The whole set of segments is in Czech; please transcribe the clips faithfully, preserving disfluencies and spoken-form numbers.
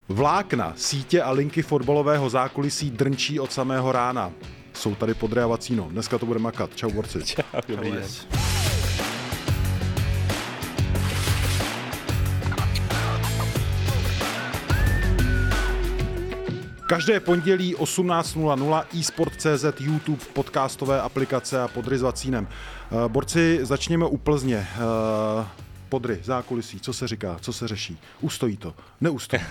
Vlákna, sítě a linky fotbalového zákulisí drnčí od samého rána. Jsou tady Podry a Vacíno. Dneska to bude makat. Čau, borci. Čau, dobrý den. Každé pondělí osmnáct nula nula eSport tečka cé zet, YouTube, podcastové aplikace a Podry s Vacínem. Borci, začněme u Plzně. Podry, zákulisí, co se říká, co se řeší? Ustojí to? Neustojí?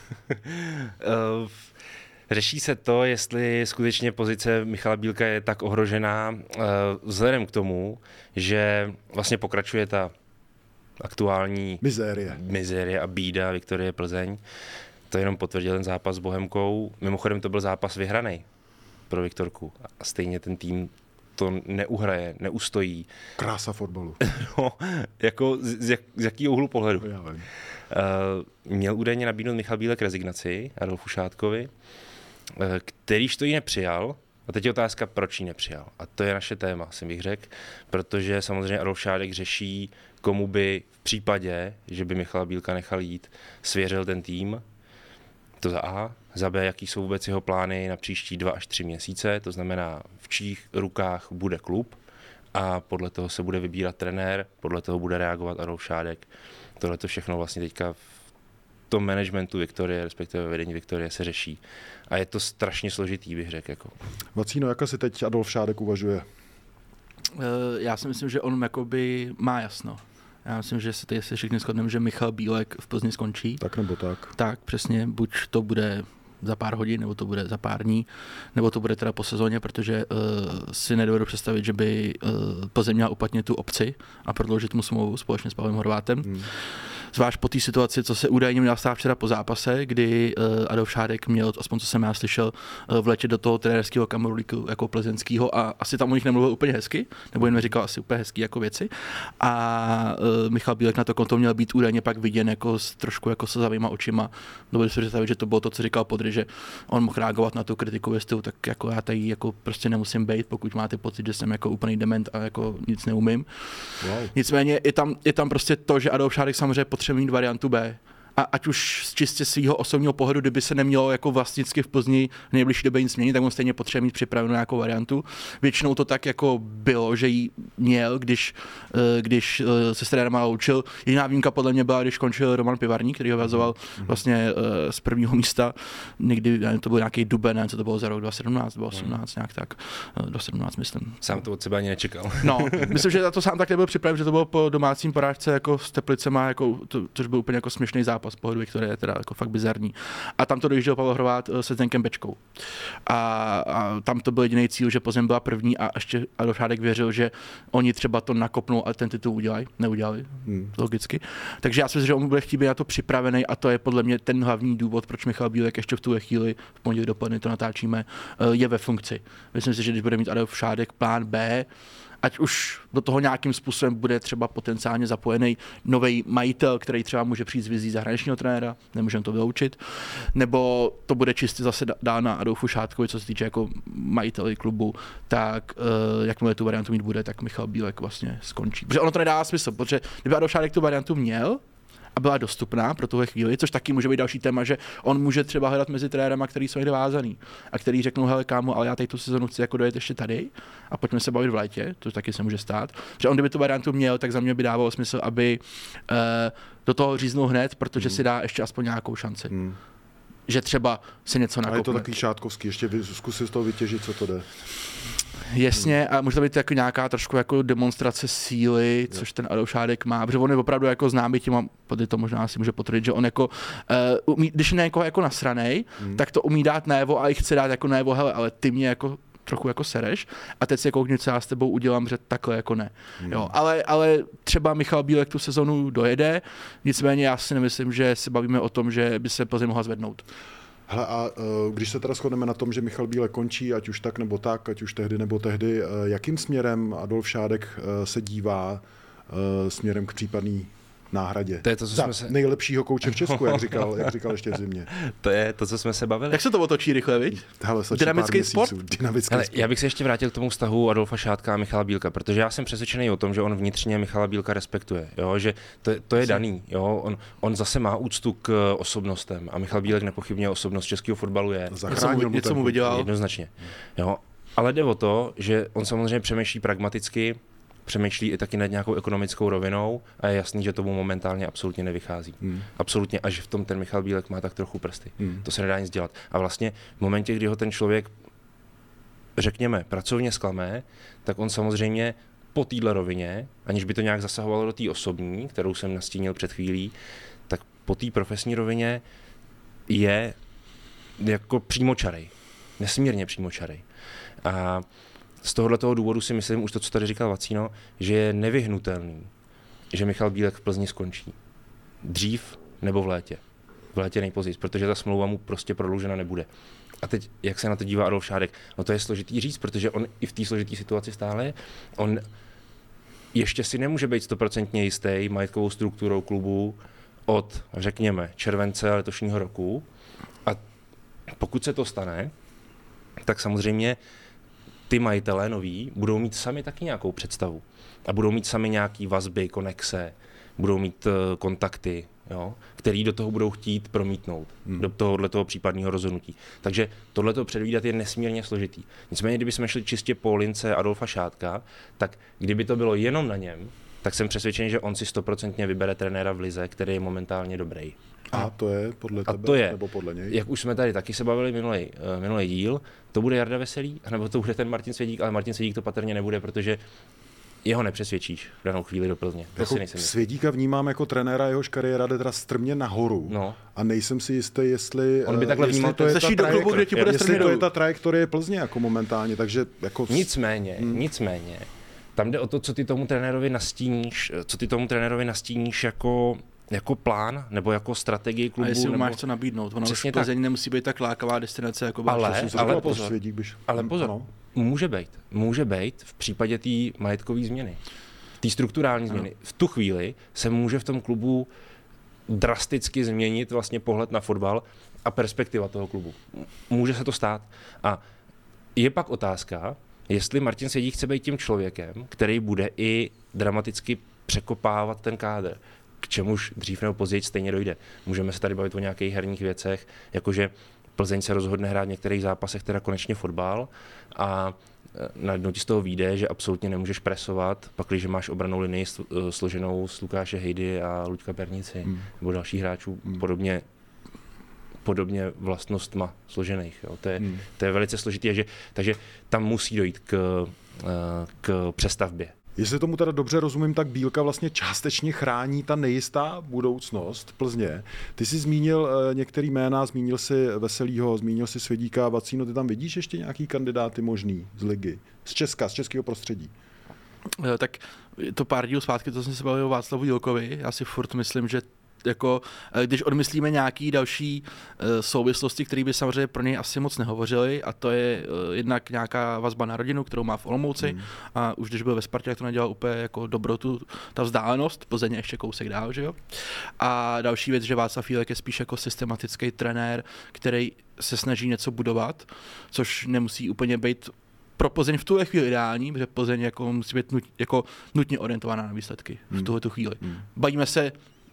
Řeší se to, jestli skutečně pozice Michala Bílka je tak ohrožená vzhledem k tomu, že vlastně pokračuje ta aktuální mizérie, mizérie a bída Viktorie Plzeň. To jenom potvrdil ten zápas s Bohemkou. Mimochodem to byl zápas vyhraný pro Viktorku. A stejně ten tým to neuhraje, neustojí. Krása fotbalu. No, jako z, jak, z jakého úhlu pohledu? Já vím. Uh, měl údajně nabídnout Michal Bílek rezignaci Adolfu Šátkovi, uh, kterýž to ji nepřijal. A teď je otázka, proč ji nepřijal. A to je naše téma, si bych řekl, protože samozřejmě Adolf Šádek řeší, komu by v případě, že by Michala Bílka nechal jít, svěřil ten tým. To za A, za B, jaký jsou vůbec jeho plány na příští dva až tři měsíce, to znamená, v čích rukách bude klub a podle toho se bude vybírat trenér, podle toho bude reagovat Adolf Šádek. Tohle to všechno vlastně teďka v tom managementu Viktorie, respektive vedení Viktorie se řeší. A je to strašně složitý, bych řekl. Jako. Vacíno, jak asi teď Adolf Šádek uvažuje? Já si myslím, že on jakoby má jasno. Já myslím, že se tady se všichni shodneme, že Michal Bílek v Plzni skončí. Tak nebo tak. Tak, přesně. Buď to bude za pár hodin, nebo to bude za pár dní, nebo to bude teda po sezóně, protože uh, si nedovedu představit, že by uh, Plzeň měla uplatnit tu opci a prodloužit mu smlouvu společně s Pavlem Horvátem. Hmm. Zvlášť po té situaci, co se údajně měla stát včera po zápase, kdy uh, Adolf Šádek měl, aspoň co jsem já slyšel, uh, vletět do toho trenérského kamrolíku jako plzeňského a asi tam o nich nemluvil úplně hezky, nebo jen mi říkal asi úplně hezký jako věci. A uh, Michal Bílek na to konto měl být údajně pak viděn jako s trošku jako slzavýma očima. Dovedu si představit, že to bylo to, co říkal Podry, že on mohl reagovat na tu kritiku ve stylu, tak jako já tady jako prostě nemusím být, pokud máte pocit, že jsem jako úplný dement a jako nic neumím. Wow. Nicméně je tam, je tam prostě to, že Adolf Šádek samozřejmě potřebuje mít variantu B. A ať už z čistě svého osobního pohledu, kdyby se nemělo jako vlastnicky v Plzni v nejbližší době nic změnit, tak on stejně potřebuje mít připravenou nějakou variantu. Většinou to tak jako bylo, že ji měl, když, když se s trenérem loučil. Jediná výjimka podle mě byla, když končil Roman Pivarník, který ho vazoval vlastně z prvního místa. Někdy to byl nějaký duben, ne, co to bylo za rok dva tisíce sedmnáct, dva tisíce osmnáct, nějak tak. dva tisíce sedmnáct, myslím. Sám to od sebe ani nečekal. No, myslím, že za to sám tak nebyl připraven, že to bylo po domácím porážce jako s Teplicema, jako, to, což byl úplně jako směšný zápas z pohledu Viktorie, je teda jako fakt bizarní. A tam to dojížděl Pavel Horvát se Zdenkem Bečkou. A, a tam to byl jediný cíl, že Plzeň byla první a ještě Adolf Šádek věřil, že oni třeba to nakopnou a ten titul udělají. Neudělali, hmm. logicky. Takže já si myslím, že on bude chtít být na to připravený a to je podle mě ten hlavní důvod, proč Michal Bílek ještě v tuhle chvíli, v pondělí dopoledne to natáčíme, je ve funkci. Myslím si, že když bude mít Adolf Šádek plán B, ať už do toho nějakým způsobem bude třeba potenciálně zapojený nový majitel, který třeba může přijít z vizí zahraničního trenéra, nemůžeme to vyloučit, nebo to bude čistě zase dána Adolfu Šátkovi, co se týče jako majiteli klubu, tak uh, jakmile tu variantu mít bude, tak Michal Bílek vlastně skončí. Protože ono to nedává smysl, protože kdyby Adolf Šádek tu variantu měl, a byla dostupná pro tuhle chvíli, což taky může být další téma, že on může třeba hledat mezi trenérama, který jsou někde vázaný a který řeknou, hele kámo, ale já tady tu sezonu chci jako dojet ještě tady a pojďme se bavit v létě, to taky se může stát. Že on kdyby tu variantu měl, tak za mě by dávalo smysl, aby uh, do toho říznul hned, protože hmm. si dá ještě aspoň nějakou šanci. Hmm. Že třeba si něco nakopne. A je to takový šátkovský, ještě zkusit z toho vytěžit, co to jde. Jasně, a může to být jako nějaká trošku jako demonstrace síly, což ten Adolf Šádek má, protože on je opravdu jako známý tím, a to možná si může potvrdit, že on jako, uh, umí, když je někoho jako nasranej, hmm. tak to umí dát najevo a i chce dát jako najevo, hele, ale ty mě jako trochu jako sereš a teď si koukni, co já s tebou udělám, že takhle jako ne. Hmm. Jo, ale, ale třeba Michal Bílek tu sezonu dojede, nicméně já si nemyslím, že se bavíme o tom, že by se Plzeň mohla zvednout. Hele, a uh, když se teda shodneme na tom, že Michal Bílek končí, ať už tak nebo tak, ať už tehdy nebo tehdy, uh, jakým směrem Adolf Šádek uh, se dívá uh, směrem k případný náhradě. To je to, co Za jsme se... nejlepšího kouče v Česku, jak říkal, jak říkal ještě v zimě. To je to, co jsme se bavili. Jak se to otočí rychle, viď? Hele, Dynamický sport? Dynamický Ale sport. já bych se ještě vrátil k tomu vztahu Adolfa Šádka a Michala Bílka, protože já jsem přesvědčený o tom, že on vnitřně Michala Bílka respektuje, jo? Že to, to je daný. Jo? On, on zase má úctu k osobnostem a Michal Bílek nepochybně osobnost českého fotbalu je. Zachránil Něco mu vydělal. Jednoznačně. Jo? Ale jde o to, že on samozřejmě přemýšlí pragmaticky, přemýšlí i taky nad nějakou ekonomickou rovinou a je jasný, že tomu momentálně absolutně nevychází. Hmm. Absolutně, a že v tom ten Michal Bílek má tak trochu prsty. Hmm. To se nedá nic dělat. A vlastně v momentě, kdy ho ten člověk, řekněme, pracovně zklame, tak on samozřejmě po téhle rovině, aniž by to nějak zasahovalo do té osobní, kterou jsem nastínil před chvílí, tak po té profesní rovině je jako přímočarej. Nesmírně přímočarej. A z tohoto důvodu si myslím, už to, co tady říkal Vacíno, že je nevyhnutelný, že Michal Bílek v Plzni skončí. Dřív nebo v létě. V létě nejpozději, protože ta smlouva mu prostě prodloužena nebude. A teď, jak se na to dívá Adolf Šádek? No to je složitý říct, protože on i v té složité situaci stále je. On ještě si nemůže být stoprocentně jistý majetkovou strukturou klubu od, řekněme, července letošního roku. A pokud se to stane, tak samozřejmě ty majitelé noví budou mít sami taky nějakou představu. A budou mít sami nějaký vazby, konexe, budou mít uh, kontakty, jo, který do toho budou chtít promítnout, hmm. do tohoto případného rozhodnutí. Takže tohleto předvídat je nesmírně složitý. Nicméně, kdyby jsme šli čistě po lince Adolfa Šádka, tak kdyby to bylo jenom na něm, tak jsem přesvědčený, že on si stoprocentně vybere trenéra v lize, který je momentálně dobrý. A to je podle tebe, a to je, nebo podle něj? Jak už jsme tady taky se bavili minulý, uh, minulý díl, to bude Jarda Veselý, anebo to bude ten Martin Svědík, ale Martin Svědík to patrně nebude, protože jeho nepřesvědčíš v danou chvíli do Plzně. Jako Svědíka vnímám jako trenéra, jehož kariéra jde teda strmě nahoru. No. A nejsem si jistý, jestli, on by takhle vnímal, to je ta do klubu, kde ti bude jestli to je ta trajektorie Plzně jako momentálně, takže jako... Nicméně, hmm. nicméně, tam jde o to, co ty tomu trenérovi nastíníš, co ty tomu trenérovi nastíníš jako jako plán nebo jako strategii klubu. A jestli nebo... máš co nabídnout, ono už Plzeň nemusí být tak lákavá destinace jako ale, ale, ale pozor, byš... ale pozor, ano. může být, může být v případě té majetkové změny, té strukturální změny. Ano. V tu chvíli se může v tom klubu drasticky změnit vlastně pohled na fotbal a perspektiva toho klubu. Může se to stát. A je pak otázka, jestli Martin Svědík chce být tím člověkem, který bude i dramaticky překopávat ten kádr, k čemuž dřív nebo později stejně dojde. Můžeme se tady bavit o nějakých herních věcech, jakože Plzeň se rozhodne hrát v některých zápasech teda konečně fotbal a najednou ti z toho vyjde, že absolutně nemůžeš presovat, pak když máš obranou linii složenou z Lukáše Hejdy a Luďka Pernici hmm. nebo dalších hráčů hmm. podobně podobně vlastnostma složených. Jo. To, je, hmm. to je velice složitý, že, takže tam musí dojít k, k přestavbě. Jestli tomu teda dobře rozumím, tak Bílka vlastně částečně chrání ta nejistá budoucnost Plzně. Ty jsi zmínil uh, některý jména, zmínil si Veselýho, zmínil si Svědíka, Vacíno, ty tam vidíš ještě nějaký kandidáty možný z ligy, z Česka, z českého prostředí? Tak to pár dílů zpátky, to jsem se bavil o Václavu Jílkovi, já si furt myslím, že jako, když odmyslíme nějaký další uh, souvislosti, které by samozřejmě pro něj asi moc nehovořily, a to je uh, jednak nějaká vazba na rodinu, kterou má v Olomouci, mm. a už když byl ve Spartě, tak to nedělal úplně jako dobrotu, ta vzdálenost, Plzeň ještě kousek dál, že jo. A další věc, že Václav Jílek je spíš jako systematický trenér, který se snaží něco budovat, což nemusí úplně být pro Plzeň v tuhle chvíli ideální, protože Plzeň jako musí být nut, jako nutně orientovaná na výsledky v tuhle tu chvíli. Mm. Bavíme se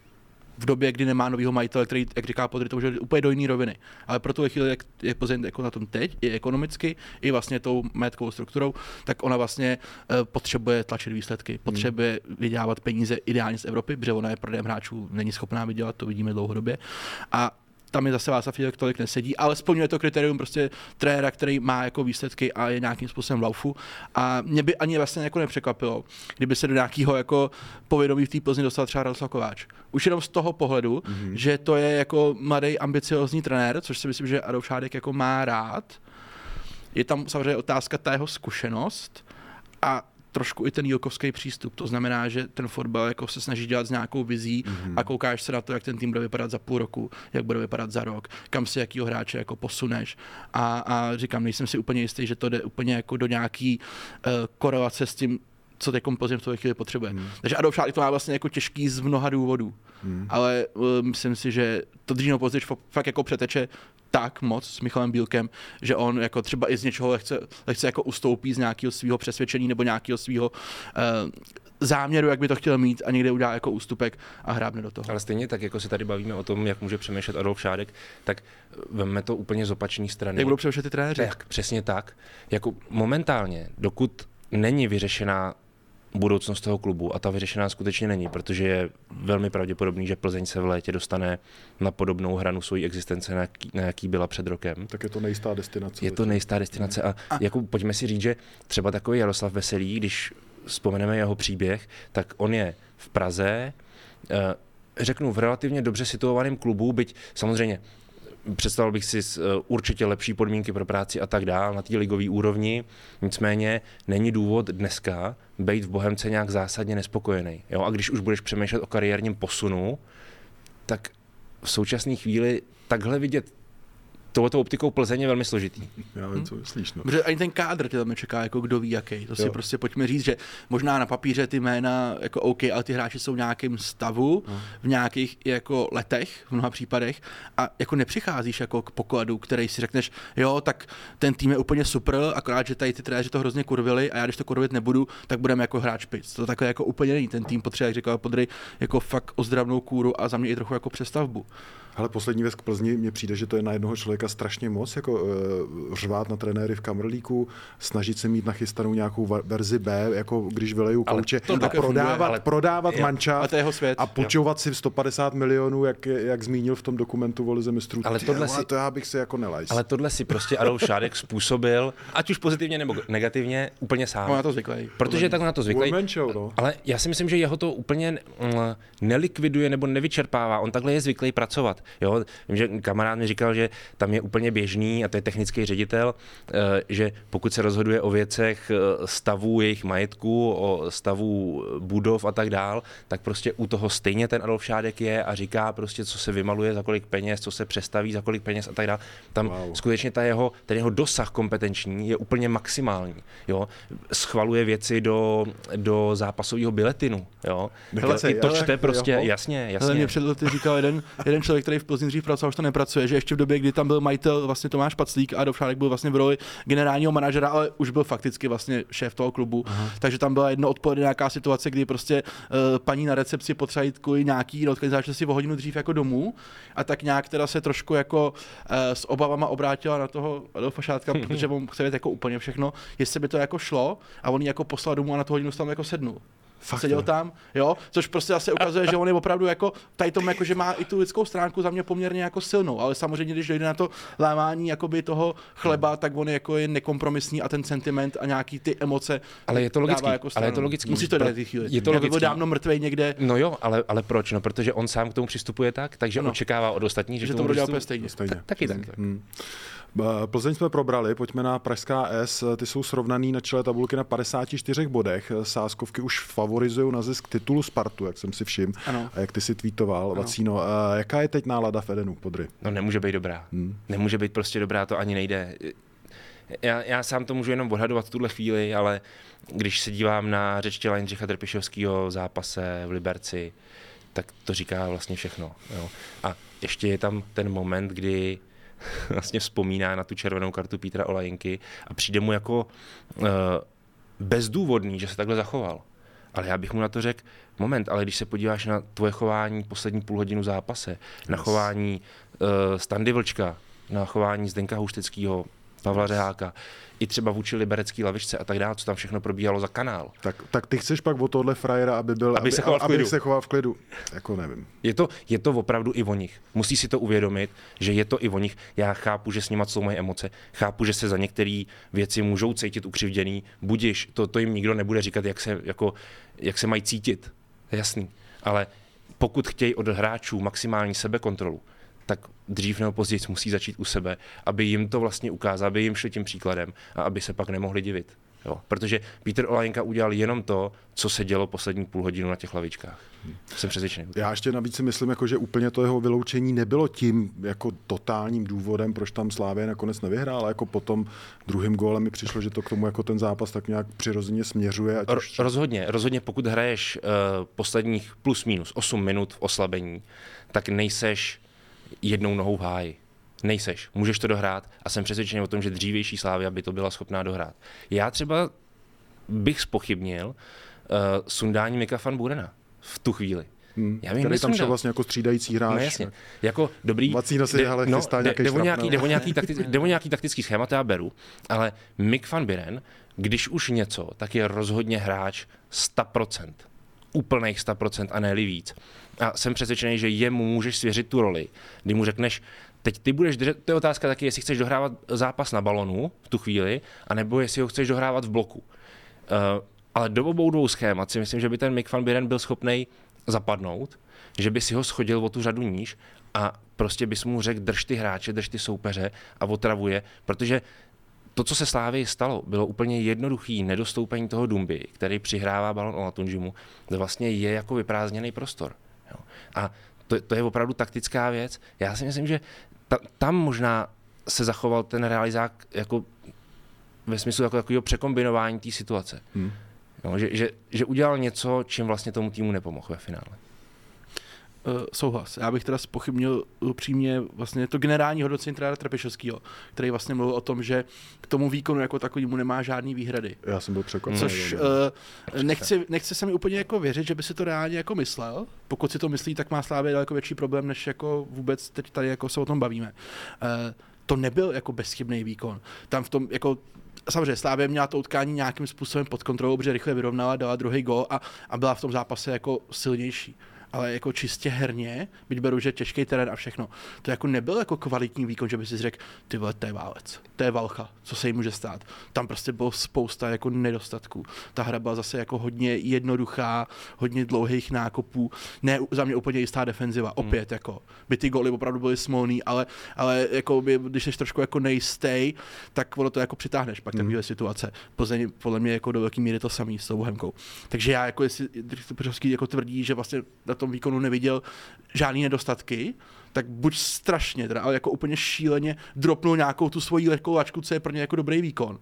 v době, kdy nemá novýho majitele, který, jak říká Podry, to už je úplně do jiný roviny. Ale pro tuhle chvíli, jak je Plzeň jako na tom teď, i ekonomicky, i vlastně tou majetkovou strukturou, tak ona vlastně uh, potřebuje tlačit výsledky, potřebuje vydělávat peníze ideálně z Evropy, protože ona je prodejem hráčů není schopná vydělat, to vidíme dlouhodobě. A tam je zase Václav Jílek tolik nesedí, ale splňuje to kritérium prostě trenéra, který má jako výsledky a je nějakým způsobem v laufu. A mě by ani vlastně jako nepřekvapilo, kdyby se do nějakého jako povědomí v té Plzni dostal třeba Radoslav Kováč. Už jenom z toho pohledu, mm-hmm. že to je jako mladý ambiciozní trenér, což si myslím, že Adolf Šádek jako má rád. Je tam samozřejmě otázka ta jeho zkušenost a trošku i ten jílkovský přístup. To znamená, že ten fotbal jako se snaží dělat s nějakou vizí mm-hmm. a koukáš se na to, jak ten tým bude vypadat za půl roku, jak bude vypadat za rok, kam si jakýho hráče jako posuneš. A, a říkám, nejsem si úplně jistý, že to jde úplně jako do nějaký uh, korelace s tím, co teď Plzeň v té chvíli potřebuje. Hmm. Takže Adolf Šádek to má vlastně jako těžký z mnoha důvodů. Hmm. Ale uh, myslím si, že to dřív nebo později fakt jako přeteče tak moc s Michalem Bílkem, že on jako třeba i z něčeho lehce, lehce jako ustoupí z nějakého svého přesvědčení nebo nějakého svého uh, záměru, jak by to chtěl mít a někde udělá jako ústupek a hrábne do toho. Ale stejně tak, jako se tady bavíme o tom, jak může přemýšlet Adolf Šádek, tak vemme to úplně z opačné strany. Jak budou přemýšlet ty trenéři? Tak, přesně tak. Jako momentálně, dokud není vyřešená budoucnost toho klubu, a ta vyřešená skutečně není, protože je velmi pravděpodobný, že Plzeň se v létě dostane na podobnou hranu svojí existence, na jaký, na jaký byla před rokem. Tak je to nejistá destinace. Je to nejistá destinace a, a jako pojďme si říct, že třeba takový Jaroslav Veselý, když vzpomeneme jeho příběh, tak on je v Praze, řeknu v relativně dobře situovaném klubu, byť samozřejmě představil bych si určitě lepší podmínky pro práci a tak dál na té ligové úrovni, nicméně není důvod dneska být v Bohemce nějak zásadně nespokojený. Jo? A když už budeš přemýšlet o kariérním posunu, tak v současné chvíli takhle vidět touto optikou Plzeň je velmi složitý. Já vím, co myslíš. No. Protože ani ten kádr tě tam nečeká, jako kdo ví jaký. To si jo. prostě pojďme říct, že možná na papíře ty jména jako OK, ale ty hráči jsou v nějakém stavu, no. v nějakých jako letech v mnoha případech a jako nepřicházíš jako k pokladu, který si řekneš, jo, tak ten tým je úplně super, akorát, že tady ty trenéři to hrozně kurvili a já když to kurvit nebudu, tak budeme jako hráč špic. To takhle jako úplně není. Ten tým potřebuje, jak říkal Podry, jako fakt ozdravnou kůru a za mě i trochu jako přestavbu. Ale poslední věc k Plzni, mně přijde, že to je na jednoho člověka strašně moc, jako uh, řvát na trenéry v Kamerlíku, snažit se mít nachystanou nějakou verzi B, jako když vyleju kouče a prodávat, ale prodávat manča a půjčovat si sto padesát milionů, jak, jak zmínil v tom dokumentu o lize mistrů. Ale tohle si, to já bych si jako nelajs. Ale tohle si prostě Adolf Šádek způsobil, ať už pozitivně nebo negativně, úplně sám. On na to zvyklý. Protože je tak na to zvyklý. No. Ale já si myslím, že jeho to úplně mm, nelikviduje nebo nevyčerpává. On takhle je zvyklý pracovat. Jo, vím, že kamarád mi říkal, že tam je úplně běžný, a to je technický ředitel, že pokud se rozhoduje o věcech stavu jejich majetku, o stavu budov a tak dál, tak prostě u toho stejně ten Adolf Šádek je a říká prostě, co se vymaluje, za kolik peněz, co se přestaví, za kolik peněz a tak dál. Tam wow. skutečně ta jeho, ten jeho dosah kompetenční je úplně maximální. Jo. Schvaluje věci do, do zápasového biletinu. Jo. Hele, I to čte prostě, jo. jasně, jasně. Ale mě před lety říkal jeden, jeden člověk, který v Plzni dřív pracoval, už to nepracuje, že ještě v době, kdy tam byl majitel vlastně Tomáš Paclík a Adolf Šádek byl vlastně v roli generálního manažera, ale už byl fakticky vlastně šéf toho klubu. Aha. Takže tam byla jedno odpoledne nějaká situace, kdy prostě uh, paní na recepci potřeba jít kvůli nějaký organizace si o hodinu dřív jako domů a tak nějak teda se trošku jako uh, s obavama obrátila na toho Adolfa Šádka, protože on chce vědět jako úplně všechno, jestli by to jako šlo a on ji jako poslal domů a na tu hodinu tam jako sednul. Fakt, seděl ne? tam, jo, což prostě zase ukazuje, že on je opravdu jako tady tomu, jako, že má i tu lidskou stránku za mě poměrně jako silnou, ale samozřejmě, když dojde na to lámání jakoby toho chleba, tak on je jako je nekompromisní a ten sentiment a nějaký ty emoce. Ale je to logický, jako ale je to logický. Musí to dát ty chvíli. Je to logický. Byl dávno mrtvej někde. No jo, ale, ale proč? No, protože on sám k tomu přistupuje tak, takže no. očekává od ostatních, že, že to bude dělat stejně. stejně. Taky tak. Hmm. Plzeň jsme probrali, pojďme na Pražská S, ty jsou srovnaný na čele tabulky na padesáti čtyřech bodech, sázkovky už favorizují na zisk titulu Spartu, jak jsem si všiml, a jak ty si tweetoval, ano. Vacíno. Jaká je teď nálada v Edenu, Podry? No nemůže být dobrá, hmm. nemůže být prostě dobrá, to ani nejde. Já, já sám to můžu jenom odhadovat v tuhle chvíli, ale když se dívám na řeč těla Jindřicha Trpišovského v zápase v Liberci, tak to říká vlastně všechno. Jo. A ještě je tam ten moment, kdy vlastně vzpomíná na tu červenou kartu Petra Olajenky a přijde mu jako uh, bezdůvodný, že se takhle zachoval. Ale já bych mu na to řekl, moment, ale když se podíváš na tvoje chování poslední půl hodinu zápase, yes. na chování uh, Standy Vlčka, na chování Zdenka Houštického, Pavla Řeháka, i třeba vůči liberecký lavičce a tak dále, co tam všechno probíhalo za kanál. Tak, tak ty chceš pak od tohohle frajera, aby byl, aby, aby, se, choval aby se choval v klidu. Jako nevím. Je to, je to opravdu i o nich. Musí si to uvědomit, že je to i o nich. Já chápu, že s nima jsou moje emoce. Chápu, že se za některé věci můžou cítit ukřivděný. Budiš, to, to jim nikdo nebude říkat, jak se, jako, jak se mají cítit. To je jasný. Ale pokud chtějí od hráčů maximální sebekontrolu, tak dřív nebo později musí začít u sebe, aby jim to vlastně ukázal, aby jim šli tím příkladem a aby se pak nemohli divit. Jo? Protože Petr Olajinka udělal jenom to, co se dělo poslední půl hodinu na těch lavičkách. Hmm. Jsem přesvědčený. Já ještě navíc si myslím, jako, že úplně to jeho vyloučení nebylo tím jako totálním důvodem, proč tam Slavia nakonec nevyhrál, ale jako potom druhým gólem mi přišlo, že to k tomu jako ten zápas tak nějak přirozeně směřuje. Ať už... Rozhodně, rozhodně pokud hraješ uh, posledních plus minus osm minut v oslabení, tak nejseš jednou nohou v háji. Nejseš. Můžeš to dohrát a jsem přesvědčený o tom, že dřívější Slavia by to byla schopná dohrát. Já třeba bych zpochybnil uh, sundání Mika van Burena v tu chvíli. Hmm. Já který tam šel vlastně jako střídající hráč. No jasně. Jako dobrý... Vacína si ale no, chystá de, nějaký de, šrap, nějaký, no. de, nějaký, takti, de nějaký taktický schémat, já beru, ale Mik van Buren, když už něco, tak je rozhodně hráč sto procent. Úplných sto procent a ne-li víc. A jsem přesvědčený, že jemu můžeš svěřit tu roli, kdy mu řekneš, teď ty budeš držet, to je otázka taky, jestli chceš dohrávat zápas na balonu v tu chvíli, anebo jestli ho chceš dohrávat v bloku. Uh, ale do obou dvou schémat si myslím, že by ten Mik van Buren byl schopnej zapadnout, že by si ho schodil o tu řadu níž a prostě bys mu řekl, drž ty hráče, drž ty soupeře a otravuje, protože to, co se Slávii stalo, bylo úplně jednoduchý nedostoupení toho Dumby, který přihrává balon Olatunjimu, to vlastně je jako vyprázdněný prostor. Jo. A to, to je opravdu taktická věc. Já si myslím, že ta, tam možná se zachoval ten realizák jako ve smyslu jako takového překombinování té situace. Hmm. Jo, že, že, že udělal něco, čím vlastně tomu týmu nepomohl ve finále. Uh, souhlas. Já bych teda zpochybnil upřímně vlastně to generální hodnocení trenéra Trpišovského, který vlastně mluvil o tom, že k tomu výkonu jako takovému nemá žádný výhrady. Já jsem byl překvapen. Což uh, nechci, nechci se mi úplně jako věřit, že by si to reálně jako myslel. Pokud si to myslí, tak má Slavia daleko větší problém, než jako vůbec teď tady jako se o tom bavíme. Uh, to nebyl jako bezchybný výkon. Tam v tom jako samozřejmě Slavia měla to utkání nějakým způsobem pod kontrolou, protože rychle vyrovnala, dala druhý gól a, a byla v tom zápase jako silnější. Ale jako čistě herně, byť beru, že těžký terén a všechno, to jako nebyl jako kvalitní výkon, že by si řekl, ty vole, to je válec, to je válcha, co se jí může stát. Tam prostě bylo spousta jako nedostatků. Ta hra byla zase jako hodně jednoduchá, hodně dlouhých nákopů, ne za mě úplně jistá defenziva, opět hmm. jako, by ty góly opravdu byly smolný, ale, ale jako by, když jsi trošku jako nejistý, tak ono to jako přitáhneš pak takovýhle hmm. situace. Plzeň podle mě jako do velké míry to samý s tou Bohemkou. Takže já jako jestli Trpišovský jako tvrdí, že vlastně na tom výkonu neviděl žádný nedostatky, tak buď strašně, teda, ale jako úplně šíleně dropnul nějakou tu svoji lehkou lačku, co je pro ně jako dobrý výkon.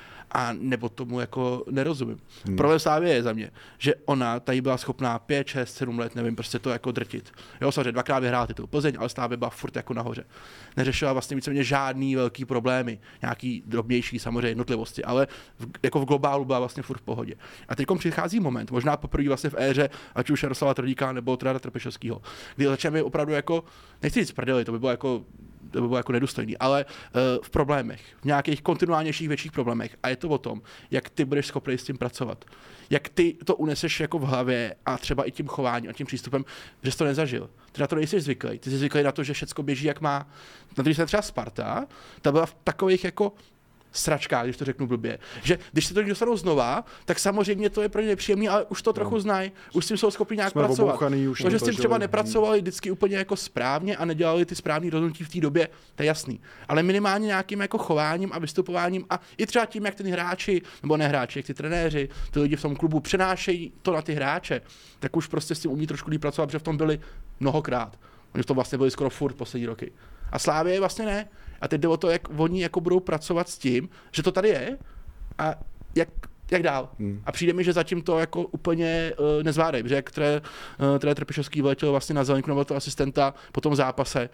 A nebo tomu jako nerozumím. Hmm. Problém Slávie je za mě, že ona tady byla schopná pět, šest, sedm let, nevím, prostě to jako drtit. Jo, samozřejmě dvakrát vyhrála titul Plzeň, ale Slávie byla furt jako nahoře. Neřešila vlastně víceméně žádný velký problémy, nějaký drobnější samozřejmě jednotlivosti, ale v, jako v globálu byla vlastně furt v pohodě. A teď přichází moment, možná poprvé vlastně v éře, ať už Jaroslava Tvrdíka nebo trenéra Trpišovského, kdy začneme opravdu jako, nechci říct prdeli, to by bylo jako to by bylo jako nedůstojný, ale uh, v problémech, v nějakých kontinuálnějších větších problémech. A je to o tom, jak ty budeš schopný s tím pracovat. Jak ty to uneseš jako v hlavě a třeba i tím chováním a tím přístupem, že jsi to nezažil. Ty na to nejsi zvyklý. Ty jsi zvyklý na to, že všecko běží, jak má. Na druhé straně třeba Sparta, ta byla v takových jako sračka, když to řeknu blbě. Že když se to dostanou znova, tak samozřejmě to je pro ně nepříjemný, ale už to trochu znají, už s tím jsou schopni nějak Jsme pracovat. Už to, že s tím třeba nepracovali vždycky úplně jako správně a nedělali ty správné rozhodnutí v té době, to je jasný. Ale minimálně nějakým jako chováním a vystupováním a i třeba tím, jak ty hráči, nebo ne hráči, jak ty trenéři, ty lidi v tom klubu přenášejí to na ty hráče, tak už prostě s tím umí trošku líp pracovat, protože v tom byli mnohokrát. Oni v tom vlastně byli skoro furt poslední roky. A Slávie vlastně ne. A teď jde o to, jak oni jako budou pracovat s tím, že to tady je a jak, jak dál. Hmm. A přijde mi, že zatím to jako úplně uh, nezvládají, protože jak trenér uh, Trpišovský vyletěl vlastně na Zelinku nebo toho asistenta po tom zápase.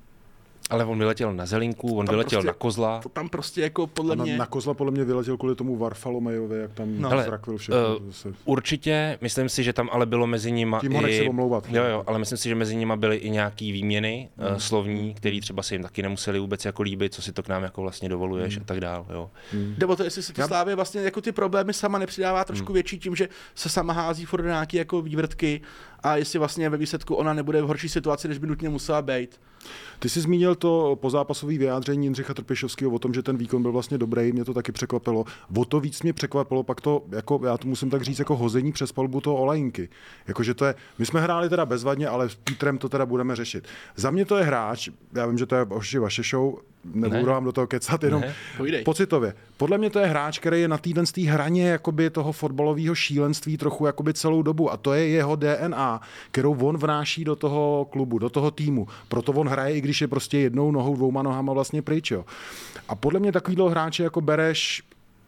Ale on vyletěl na Zelinku, on vyletěl prostě, na Kozla. To tam prostě jako podle na, mě... Na Kozla podle mě vyletěl kvůli tomu Varfalomejovi, jak tam no. zrakvil všechno. Uh, určitě, myslím si, že tam ale bylo mezi nima Tím ho nechci i... omlouvat. Jo, jo, ale myslím si, že mezi nima byly i nějaký výměny hmm. uh, slovní, který třeba se jim taky nemuseli vůbec jako líbit, co si to k nám jako vlastně dovoluješ hmm. a tak dál, jo. Hmm. Nebo to, jestli si to Slávě vlastně jako ty problémy sama nepřidává trošku hmm. větší tím, že se sama hází furt do nějaký jako vývrtky a jestli vlastně ve výsledku ona nebude v horší situaci, než by nutně musela být. Ty jsi zmínil to pozápasové vyjádření Jindřicha Trpišovského o tom, že ten výkon byl vlastně dobrý, mě to taky překvapilo. O to víc mě překvapilo pak to, jako, já to musím tak říct, jako hození přes palbu toho Olajinky. Jakože to je, my jsme hráli teda bezvadně, ale s Pítrem to teda budeme řešit. Za mě to je hráč, já vím, že to je oši vaše show, nebudu ne. vám do toho kecat, jenom ne. pocitově. Podle mě to je hráč, který je na té hraně jakoby toho fotbalového šílenství trochu jakoby celou dobu a to je jeho D N A, kterou on vnáší do toho klubu, do toho týmu. Proto on hraje, i když je prostě jednou nohou, dvouma nohama vlastně pryč. Jo. A podle mě takovýhle hráče jako bereš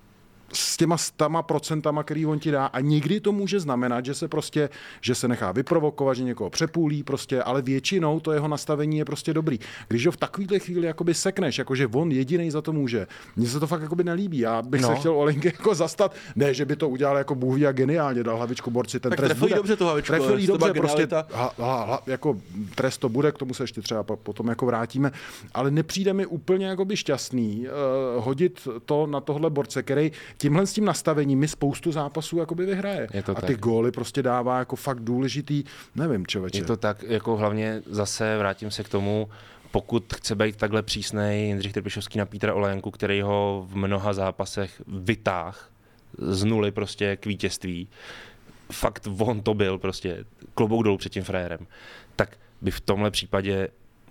s těma stama procentama, který on ti dá a někdy to může znamenat, že se prostě, že se nechá vyprovokovat, že někoho přepůlí prostě, ale většinou to jeho nastavení je prostě dobrý. Když ho v takovýhle chvíli jakoby sekneš, jakože on jedinej za to může, mně se to fakt jakoby nelíbí. Já bych no. se chtěl Olenky jako zastat, ne, že by to udělal jako Bůh ví a geniálně, dal hlavičku Borci, ten tak trest bude. dobře tu hlavičku, trefil jí dobře, prostě ha, ha, ha, jako trest to bude, k tomu se ještě třeba potom jako vrátíme, ale nepřijde mi úplně jakoby šťastný uh, hodit to na tohle Borce, který tímhle s tím nastavením mi spoustu zápasů jakoby vyhraje. A ty góly prostě dává jako fakt důležitý, nevím, člověče. Je to tak, jako hlavně zase vrátím se k tomu, pokud chce být takhle přísnej Jindřich Trpišovský na Pítra Olajenku, který ho v mnoha zápasech vytáh z nuly prostě k vítězství, fakt on to byl prostě klobouk dolů před tím frérem, tak by v tomhle případě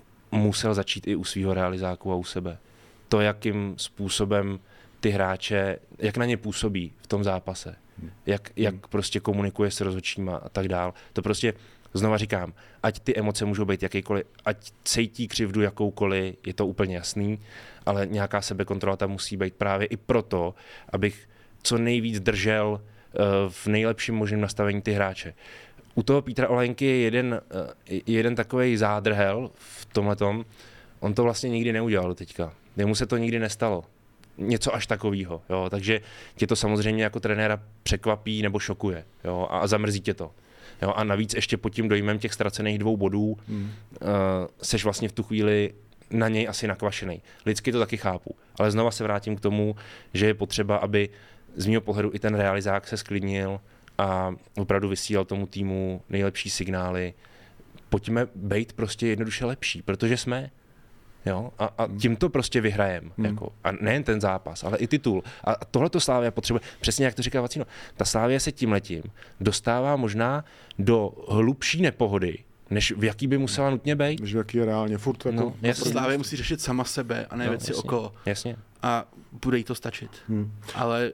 musel začít i u svého realizáku a u sebe. To, jakým způsobem ty hráče, jak na ně působí v tom zápase, jak, jak prostě komunikuje s rozhodčíma a tak dál. To prostě, znova říkám, ať ty emoce můžou být jakýkoliv, ať cítí křivdu jakoukoliv, je to úplně jasný, ale nějaká sebekontrola tam musí být právě i proto, abych co nejvíc držel uh, v nejlepším možném nastavení ty hráče. U toho Pítra Olajenky je jeden, uh, jeden takovej zádrhel v tomhletom, on to vlastně nikdy neudělal teďka. Jemu se to nikdy nestalo. Něco až takového, jo, takže tě to samozřejmě jako trenéra překvapí nebo šokuje, jo, a zamrzí tě to. Jo, a navíc ještě pod tím dojmem těch ztracených dvou bodů hmm. uh, seš vlastně v tu chvíli na něj asi nakvašenej. Lidsky to taky chápu, ale znova se vrátím k tomu, že je potřeba, aby z mého pohledu i ten realizák se sklidnil a opravdu vysílal tomu týmu nejlepší signály. Pojďme být prostě jednoduše lepší, protože jsme. Jo? A, a tím to prostě vyhrajem. Hmm. Jako. A nejen ten zápas, ale i titul. A tohleto Slavia potřebuje, přesně jak to říká Vacino, ta Slavia se tímhletím dostává možná do hlubší nepohody, než v jaký by musela nutně být. Než v jaký je reálně furt. Jako no, Slavia musí řešit sama sebe a ne no, věci jasně, okolo. Jasně. A bude jí to stačit. Hmm. Ale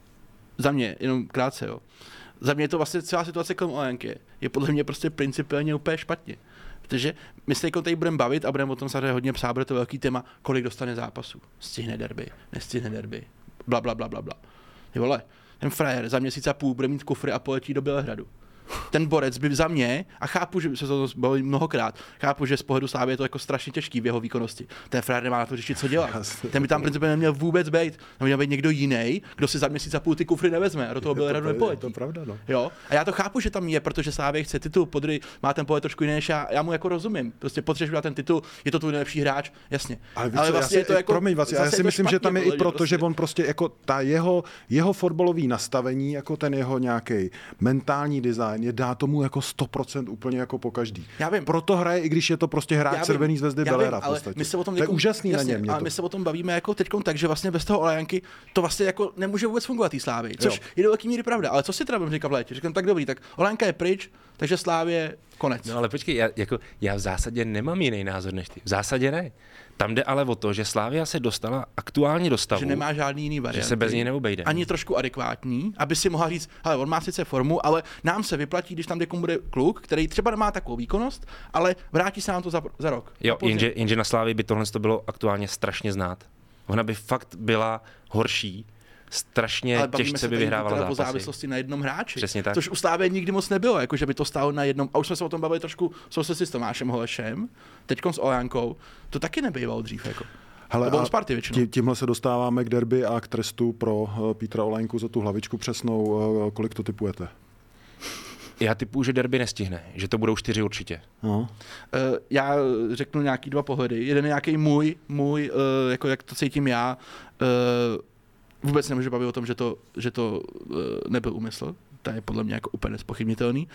za mě, jenom krátce, jo. Za mě je to vlastně celá situace kolem Olajenky. Je podle mě prostě principiálně úplně špatně. Protože my se tady budeme bavit a budeme o tom samozřejmě hodně psát, bude to velký téma, kolik dostane zápasů. Stihne derby, nestihne derby, bla, bla, bla, bla, bla. Ty vole, ten frajer za měsíc a půl bude mít kufry a poletí do Bělehradu. Ten Borec by za mě, a chápu, že se to baví mnohokrát, chápu, že z pohledu Slávy je to jako strašně těžký v jeho výkonnosti. Ten frajer nemá na to řešit, co dělat. Ten by tam principálně neměl vůbec být. Tam měl být někdo jiný, kdo si za měsíc a půl ty kufry nevezme a do toho Bělehradu nepoletí. To je pravda, no. Jo? A já to chápu, že tam je, protože Slávy chce titul, Podry má ten pohled trošku jiný než já, já mu jako rozumím. Prostě potřebuje ten titul, je to tvůj nejlepší hráč, jasně. Ale, ale vlastně je to jako promiň, Vaci, já si myslím, že tam je i proto, prostě. Že on prostě jako ta jeho jeho fotbalový nastavení, jako ten jeho nějaký mentální design je dá tomu jako sto procent úplně jako po každý. Já vím. Proto hraje, i když je to prostě hráč Červený zvezdy Bělehrad v podstatě. My se o tom to je úžasný jasně, na něm. Ale to... my se o tom bavíme jako teďkom tak, že vlastně bez toho Olajanky to vlastně jako nemůže vůbec fungovat tý Slávy, což jo. je do velký míry pravda. Ale co si teda budeme říkat v létě? Říkám tak dobrý, tak Olajanka je pryč, takže Slávě konec. No ale počkej, já, jako, já v zásadě nemám jiný názor než ty. V zásadě ne. Tam jde ale o to, že Slavia se dostala aktuálně do stavu, že nemá žádný jiný variant. Že se bez něj neobejde. Ani trošku adekvátní, aby si mohla říct, hele, on má sice formu, ale nám se vyplatí, když tam někomu bude kluk, který třeba nemá takovou výkonnost, ale vrátí se nám to za, za rok. Jo, jenže, jenže na Slavii by tohle to bylo aktuálně strašně znát. Ona by fakt byla horší, strašně těžce by vyhrávala zápasy. Po závislosti na jednom hráči. Přesně tak. Což u Slávy nikdy moc nebylo, jako že by to stálo na jednom. A už jsme se o tom bavili trošku souvislosti s Tomášem Holešem, teďkom s Olajankou. To taky nebývalo dřív jako. Hele, to Sparty většinou. Tí, tímhle se dostáváme k derby a k trestu pro uh, Pítra Olajenku za tu hlavičku přesnou. Uh, kolik to tipujete? Já typuju, že derby nestihne, že to budou čtyři určitě. No. Uh, já řeknu nějaký dva pohledy. Jeden je nějaký můj, můj, uh, jako jak to cítím já. Uh, vůbec nemůžu bavit o tom, že to, že to uh, nebyl úmysl. to je podle mě jako úplně nespochybnitelný.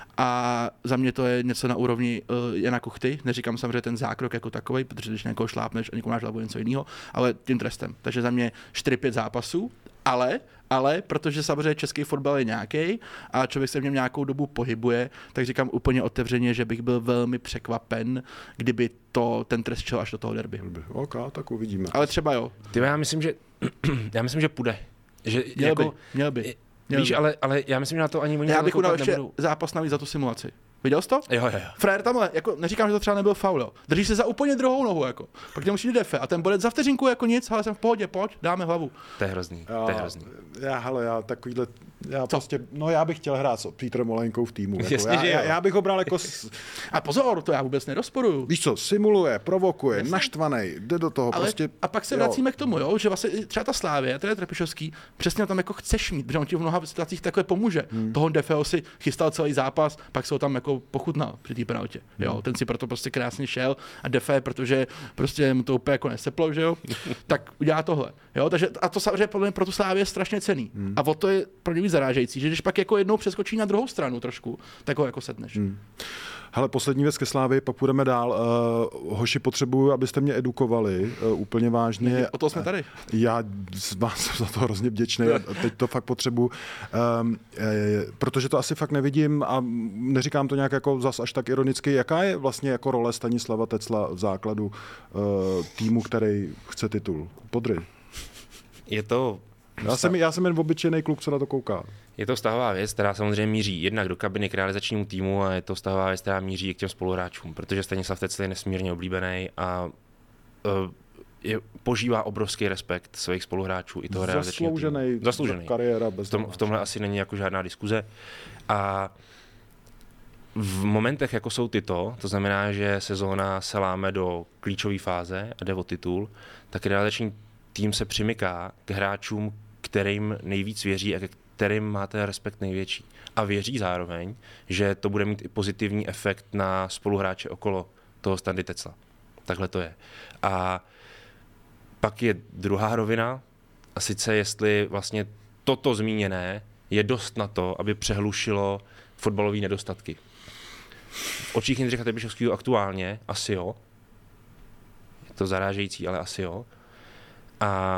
A za mě to je něco na úrovni uh, Jana Kuchty, neříkám samozřejmě ten zákrok jako takový, protože když někoho šlápneš a někoho máš hlavu něco jiného, ale tím trestem. Takže za mě čtyři pět zápasů, ale, ale, protože samozřejmě český fotbal je nějaký a člověk se v něm nějakou dobu pohybuje, tak říkám úplně otevřeně, že bych byl velmi překvapen, kdyby to ten trest šel až do toho derby. Ok, tak uvidíme. Ale třeba jo. Ty, já myslím, že já myslím, že půjde. Že Měl jako, by, měl by. Měl víš, by. ale, ale já myslím, že na to ani oni Já bych udal koukat ještě nebudou. zápas navíc za tu simulaci. Viděl jsi to? Jo, jo, jo. Frér tamhle, jako neříkám, že to třeba nebyl faul, jo. Drží se za úplně druhou nohu, jako. Pak nemusí jít defe a ten bodec za vteřinku jako nic, ale jsem v pohodě, pojď, dáme hlavu. To je hrozný, Já, to je hrozný. Já, hele, já takovýhle, já prostě, no já bych chtěl hrát s Pítrem Olenkou v týmu. Jako. Jasně, já, že jo. já, já, bych ho bral jako, s, A pozor, to já vůbec nerozporuju. víš co, simuluje, provokuje, Jasně. naštvanej, jde do toho, Ale, prostě. a pak se jo. vracíme k tomu, jo, že vlastně třeba ta Slávě, teda Trpišovský, přesně tam jako chceš mít, protože on ti v mnoha situacích takhle pomůže. Hmm. Toho Defeo si chystal celý zápas, pak se ho tam jako pochutnal při té penaltě. Jo, Hmm. ten si proto prostě krásně šel a Defe, protože prostě mu to úplně jako neseplo, že jo, tak udělá tohle. Jo, takže a to samozřejmě podle mě pro tu Slávě je strašně cený. Hmm. A o to je pro ně víc zarážející, že když pak jako jednou přeskočí na druhou stranu trošku, tak ho jako setneš. Hmm. Hele, poslední věc ke Slávii, pak půjdeme dál. Uh, hoši, potřebuju, abyste mě edukovali, uh, úplně vážně. O to jsme tady. Já vám jsem za to hrozně vděčný a teď to fakt potřebuju, um, e, protože to asi fakt nevidím a neříkám to nějak jako zas až tak ironicky. Jaká je vlastně jako role Stanislava Tecla v základu uh, týmu, který chce titul? Podry. Je to Já jsem, já jsem jen obyčejný kluk, co na to kouká. Je to vztahová věc, která samozřejmě míří jednak do kabiny k realizačnímu týmu a je to vztahová věc, která míří i k těm spoluhráčům, protože Stanislav Tecl je nesmírně oblíbený a uh, je, požívá obrovský respekt svých spoluhráčů i toho realizačního týmu. Zasloužený. Zasloužený. Kariéra bez V, tom, v tomhle asi není jako žádná diskuze. A v momentech, jako jsou tyto, to znamená, že sezóna se láme do klíčové fáze a jde o titul, tak realizační tým se přimyká k hráčům, kterým nejvíc věří a ke kterým má ten respekt největší. A věří zároveň, že to bude mít i pozitivní efekt na spoluhráče okolo toho Standy Tecla. Takhle to je. A pak je druhá rovina, a sice jestli vlastně toto zmíněné je dost na to, aby přehlušilo fotbalové nedostatky. V očích Jindřicha Trpišovského aktuálně asi jo. Je to zarážející, ale asi jo. A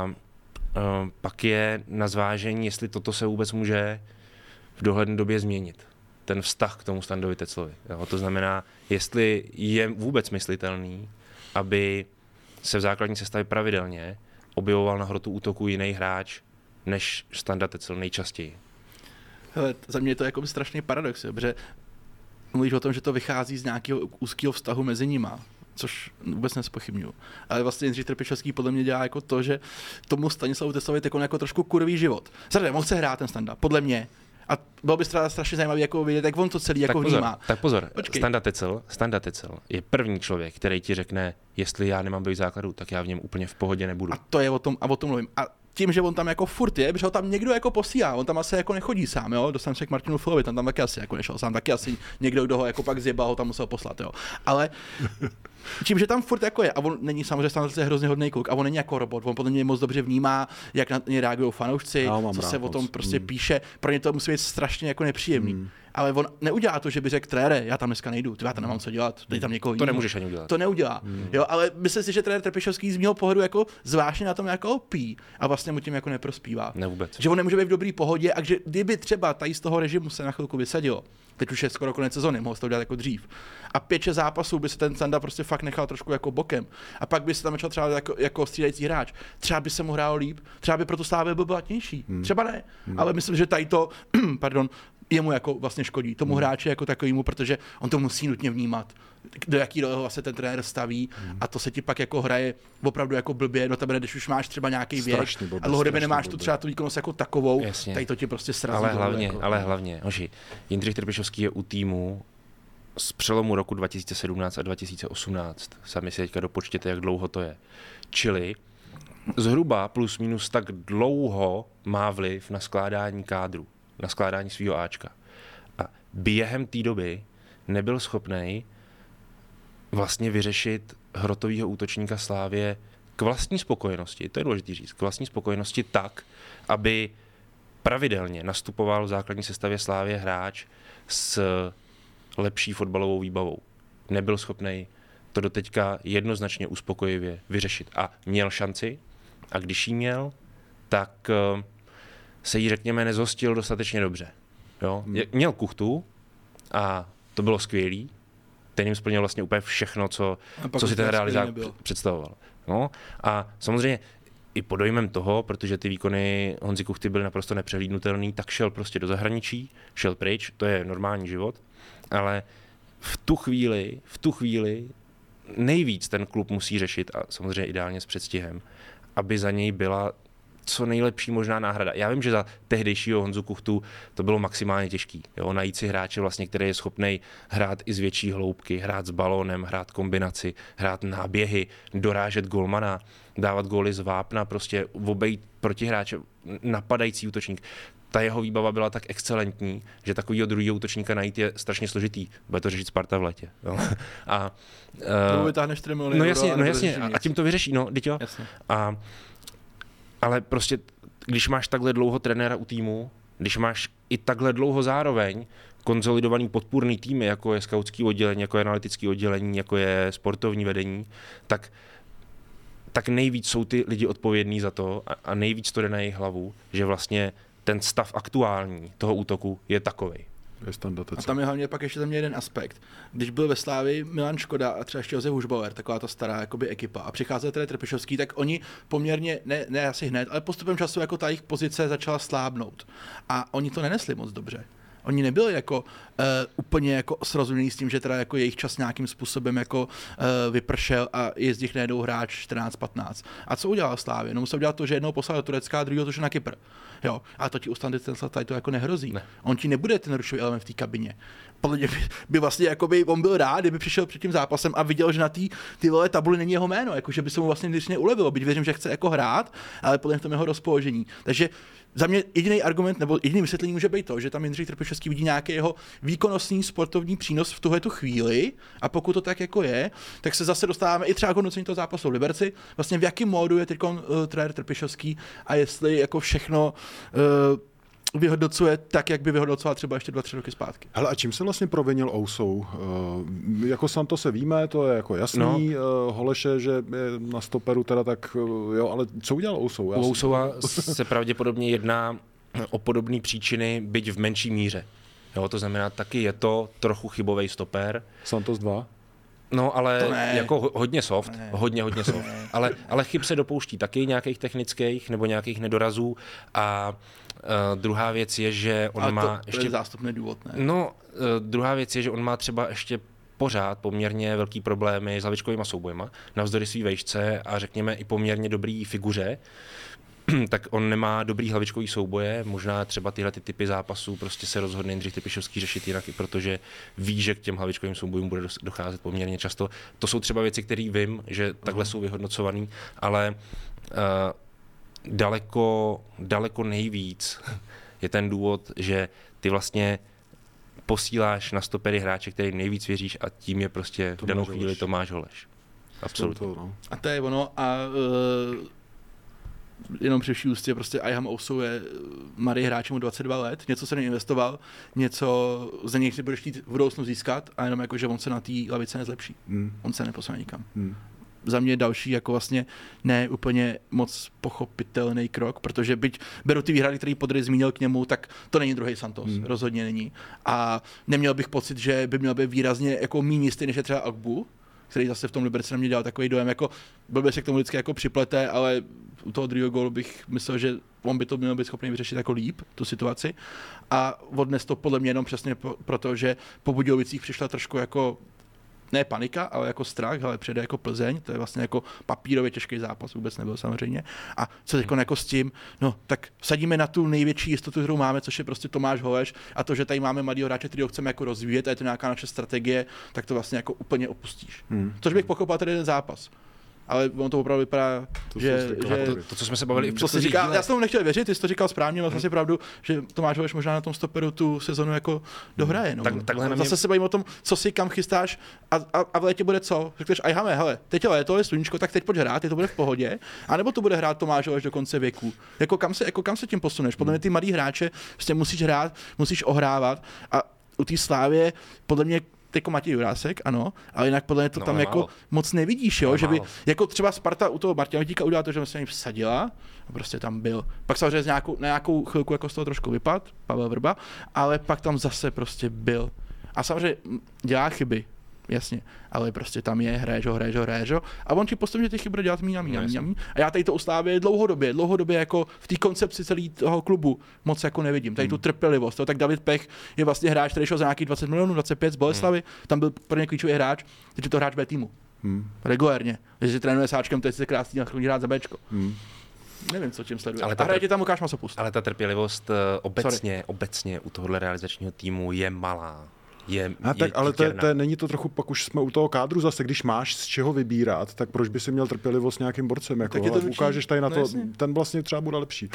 uh, pak je na zvážení, jestli toto se vůbec může v dohledné době změnit. Ten vztah k tomu Standovi Teclovi. Jo? To znamená, jestli je vůbec myslitelný, aby se v základní sestavě pravidelně objevoval na hrotu útoku jiný hráč než Standa Tecl nejčastěji. Hele, za mě je to jako strašný paradox, jo, protože mluvíš o tom, že to vychází z nějakého úzkého vztahu mezi nima, což vůbec nespochybnuju. Ale vlastně Jindřich Trpišovský podle mě dělá jako to, že tomu Stanislavu Teclovi jako, jako trošku kurví život. Samozřejmě, on chce hrát ten Standa, podle mě. A bylo by strašně zajímavé jako vidět, jak on to celý jako tak pozor, vnímá. Tak pozor, Počkej. Standa Tecl, Standa Tecl je první člověk, který ti řekne, jestli já nemám být v základu, tak já v něm úplně v pohodě nebudu. A to je o tom, a o tom mluvím. A tím, že on tam jako furt je, protože ho tam někdo jako posílá, on tam asi jako nechodí sám, jo, dostanu se k Martinu Filovi, tam tam taky asi jako nešel sám, taky asi někdo, kdo ho jako pak zjebal, ho tam musel poslat, jo. Ale tím, že tam furt jako je, a on není samozřejmě samozřejmě hrozně hodný kluk, a on není jako robot, on podle mě moc dobře vnímá, jak na ně reagují fanoušci, co se o tom moc. prostě mm. píše, pro ně to musí být strašně jako nepříjemný. Mm. Ale on neudělá to, že by řekl trére, já tam dneska nejdu, ty já tam nemám co dělat, dej tam někoho To jiného. nemůžeš ani udělat. To neudělá. Mm. Jo, ale myslím si, že trenér Trpišovský z mého pohledu jako zvláštně na tom jako pí a vlastně mu tím jako neprospívá. Ne vůbec. Že on nemůže být v dobrý pohodě a že kdyby třeba tady z toho režimu se na chvilku vysadilo, teď už je skoro konec sezony, mohl se to dělat jako dřív. A pět šest zápasů by se ten Standa prostě fakt nechal trošku jako bokem. A pak by se tam začal třeba jako, jako střídající hráč. Třeba by se mu hrálo líp, třeba by proto Slávě byl blatnější. Hmm. Třeba ne. Hmm. Ale myslím, že tady to, pardon, jemu jako vlastně škodí, tomu hmm. hráči jako takovému, protože on to musí nutně vnímat, do jaký do vlastně ten trenér staví hmm. a to se ti pak jako hraje opravdu jako blbě, do tebe, když už máš třeba nějaký věk blbě, a dlouhodobě nemáš blbě. tu třeba tu výkonnost jako takovou, Jasně. tady to ti prostě srazí. Ale dolů, hlavně, jako. ale hlavně, hoši, Jindřich Trpišovský je u týmu z přelomu roku dva tisíce sedmnáct a dva tisíce osmnáct. Sami si teďka dopočtěte, jak dlouho to je. Čili zhruba plus minus tak dlouho má vliv na skládání kádru, na skládání svého áčka. A během té doby nebyl schopnej vlastně vyřešit hrotovýho útočníka Slávě k vlastní spokojenosti, to je důležité říct, k vlastní spokojenosti tak, aby pravidelně nastupoval v základní sestavě Slávie hráč s lepší fotbalovou výbavou. Nebyl schopný to doteďka jednoznačně uspokojivě vyřešit. A měl šanci, a když jí měl, tak se jí, řekněme, nezhostil dostatečně dobře. Jo? Měl kuchtu a to bylo skvělý. Ten jim splnil vlastně úplně všechno, co, co si ten realizák představoval. No? A samozřejmě i pod dojmem toho, protože ty výkony Honzy Kuchty byly naprosto nepřehlídnutelný, tak šel prostě do zahraničí, šel pryč, to je normální život, ale v tu chvíli, v tu chvíli nejvíc ten klub musí řešit, a samozřejmě ideálně s předstihem, aby za něj byla co nejlepší možná náhrada. Já vím, že za tehdejšího Honzu Kuchtu to bylo maximálně těžký. Jo? Najít si hráče, vlastně, který je schopný hrát i z větší hloubky, hrát s balónem, hrát kombinaci, hrát náběhy, dorážet golmana, dávat góly z vápna, prostě obejít protihráče, napadající útočník. Ta jeho výbava byla tak excelentní, že takovýho druhého útočníka najít je strašně složitý. Bude to řešit Sparta v létě. Jo? A, uh, vytáhneš čtyři miliony no euro, jasně, no jasně, a, a tím to vyřeší, no, dyťo. A ale prostě, když máš takhle dlouho trenéra u týmu, když máš i takhle dlouho zároveň konsolidovaný podpůrný týmy, jako je skautský oddělení, jako je analytický oddělení, jako je sportovní vedení, tak, tak nejvíc jsou ty lidi odpovědní za to a, a nejvíc to jde na jejich hlavu, že vlastně ten stav aktuální toho útoku je takovej. A tam je hlavně pak ještě tam jeden aspekt. Když byl ve Slávii Milan Škoda a třeba ještě Josef Hušbauer, taková ta stará jakoby ekipa, a přicházel tady Trpišovský, tak oni poměrně, ne, ne asi hned, ale postupem času jako ta jejich pozice začala slábnout. A oni to nenesli moc dobře. Oni nebyli jako uh, úplně jako srozumění s tím, že teda jako jejich čas nějakým způsobem jako uh, vypršel a je z nich najednou hráč čtrnáct patnáct. A co udělal Slávě? No musel udělat to, že jednou poslal do Turecka a druhého to, že na Kypr. Jo, a to ti u Standy tady to jako nehrozí. Ne. On ti nebude ten rušový element v té kabině. Podle mě by, by vlastně jakoby, on byl rád, kdyby přišel před tím zápasem a viděl, že na té ty vole tabuli není jeho jméno, jako že by se mu vlastně vnitřně ulevilo. Byť věřím, že chce jako hrát, ale podle mě v tom jeho rozpoložení. Takže za mě jediný argument nebo jediný vysvětlení může být to, že tam Jindřich Trpišovský vidí nějaký jeho výkonnostný sportovní přínos v tuhle tu chvíli, a pokud to tak jako je, tak se zase dostáváme i třeba k hodnocení toho zápasu v Liberci. Vlastně v jakém módu je teď uh, trenér Trpišovský a jestli jako všechno uh, vyhodnocuje tak, jak by vyhodnocoval třeba ještě dva, tři roky zpátky. Hele, a čím se vlastně provinil Ousou? Uh, jako Santo se víme, to je jako jasný, no. uh, Holeše, že je na stoperu teda tak, uh, jo, ale co udělal Ousou? U Ousova se pravděpodobně jedná o podobné příčiny, byť v menší míře. Jo, to znamená, taky je to trochu chybovej stoper. Santos dva? No, ale jako hodně soft, ne. hodně, hodně soft. Ale, ale chyb se dopouští taky nějakých technických nebo nějakých nedorazů a uh, druhá věc je, že on ale má to, ještě... to je zástupný důvod, ne? No, uh, druhá věc je, že on má třeba ještě pořád poměrně velký problémy s hlavičkovýma soubojema, navzdory svý vejšce a řekněme i poměrně dobrý figuře, tak on nemá dobrý hlavičkový souboje, možná třeba tyhle ty typy zápasů prostě se rozhodne Jindřich Trpišovský řešit jinak, protože ví, že k těm hlavičkovým soubojům bude docházet poměrně často. To jsou třeba věci, které vím, že takhle uh-huh. jsou vyhodnocovaný, ale uh, daleko, daleko nejvíc je ten důvod, že ty vlastně posíláš na stopery hráče, který nejvíc věříš, a tím je prostě v danou chvíli Tomáš Holeš. Absolutně. A to je ono a uh... jenom při vší ústě, prostě Ayham Ousou je mladý hráč, mu dvacet dva let, něco se neinvestoval, něco za něj si budeš chtít v budoucnu získat, a jenom jako, že on se na té lavice nezlepší. Hmm. On se neposune nikam. Hmm. Za mě další jako vlastně ne úplně moc pochopitelný krok, protože byť beru ty výhrady, který Podry zmínil k němu, tak to není druhý Santos, hmm. rozhodně není. A neměl bych pocit, že by měl být výrazně jako méně jistý, než je třeba Agbu, který zase v tom Liberci na mě dělal takový dojem, jako blbě se k tomu vždycky jako připlete, ale u toho druhého gólu bych myslel, že on by to měl být schopný vyřešit jako líp, tu situaci. A odnes to podle mě jenom přesně proto, že po Budějovicích přišla trošku jako, ne panika, ale jako strach, ale přijde jako Plzeň, to je vlastně jako papírově těžký zápas, vůbec nebyl samozřejmě. A co teď jako s tím, no tak vsadíme na tu největší jistotu, kterou máme, což je prostě Tomáš Holeš, a to, že tady máme mladýho hráče, kterýho chceme jako rozvíjet, a je to nějaká naše strategie, tak to vlastně jako úplně opustíš. Hmm. Což bych pochopil tady ten zápas. ale ono to opravdu vypadá, To že, jsou že To, to, co jsme se bavili i v co jsi předchozích říkal, dílech. já jsem tomu nechtěl věřit, ty jsi to říkal správně, ale vlastně pravdu, že Tomáš Holeš možná na tom stoperu tu sezonu jako dohraje. No. Tak- takhle na mě- Zase se bavím o tom, co si kam chystáš a, a, a v létě bude co? Řekneš, aj hame, hele, teď je léto, je sluníčko, tak teď pojď hrát, je to bude v pohodě, anebo to bude hrát Tomáš Holeš do konce věku. Jako kam se, jako kam se tím posuneš? Podle mě ty mladý hráče prostě musíš hrát, musíš ohrávat a u té Slávě podle mě jako Matěj Jurásek, ano, ale jinak podle mě to No, tam ale jako málo. moc nevidíš, jo, Ale že by, málo. jako třeba Sparta u toho Martina Vítíka udělala to, že se mi vsadila a prostě tam byl. Pak samozřejmě z nějakou, na nějakou chvilku jako z toho trošku vypad, Pavel Vrba, ale pak tam zase prostě byl. A samozřejmě dělá chyby, jasně, ale prostě tam je, hraješ ho, hraješ ho, hraješ ho a on ti postupně ty chyby bude dělat míň a míň a No, míň a míň. A já tady to u Slávy dlouhodobě, dlouhodobě jako v té koncepci celého toho klubu moc jako nevidím. Tady tu trpělivost, to, tak David Pech je vlastně hráč, který šel za nějakých dvacet milionů, dvacet pět z Boleslavy, tam byl pro ně klíčový hráč, teď je to hráč B týmu. Hmm. Regulérně. Když si trénuje s Háčkem, to je sice krásný, ale chodí hrát za Bčko. Hmm. Nevím, co tím sleduje. Ale Ale ta a hraje tr- ti tam Lukáš Masopust. Ale ta trpělivost eh, obecně, obecně u tohohle realizačního týmu je malá. Je, A je tak, ale to, je- titěrná. to je, není to trochu, pak už jsme u toho kádru zase, když máš z čeho vybírat, tak proč by si měl trpělivost s nějakým borcem? Jako, Tak je to ale ukážeš tady na no to, jasně. ten vlastně třeba bude lepší.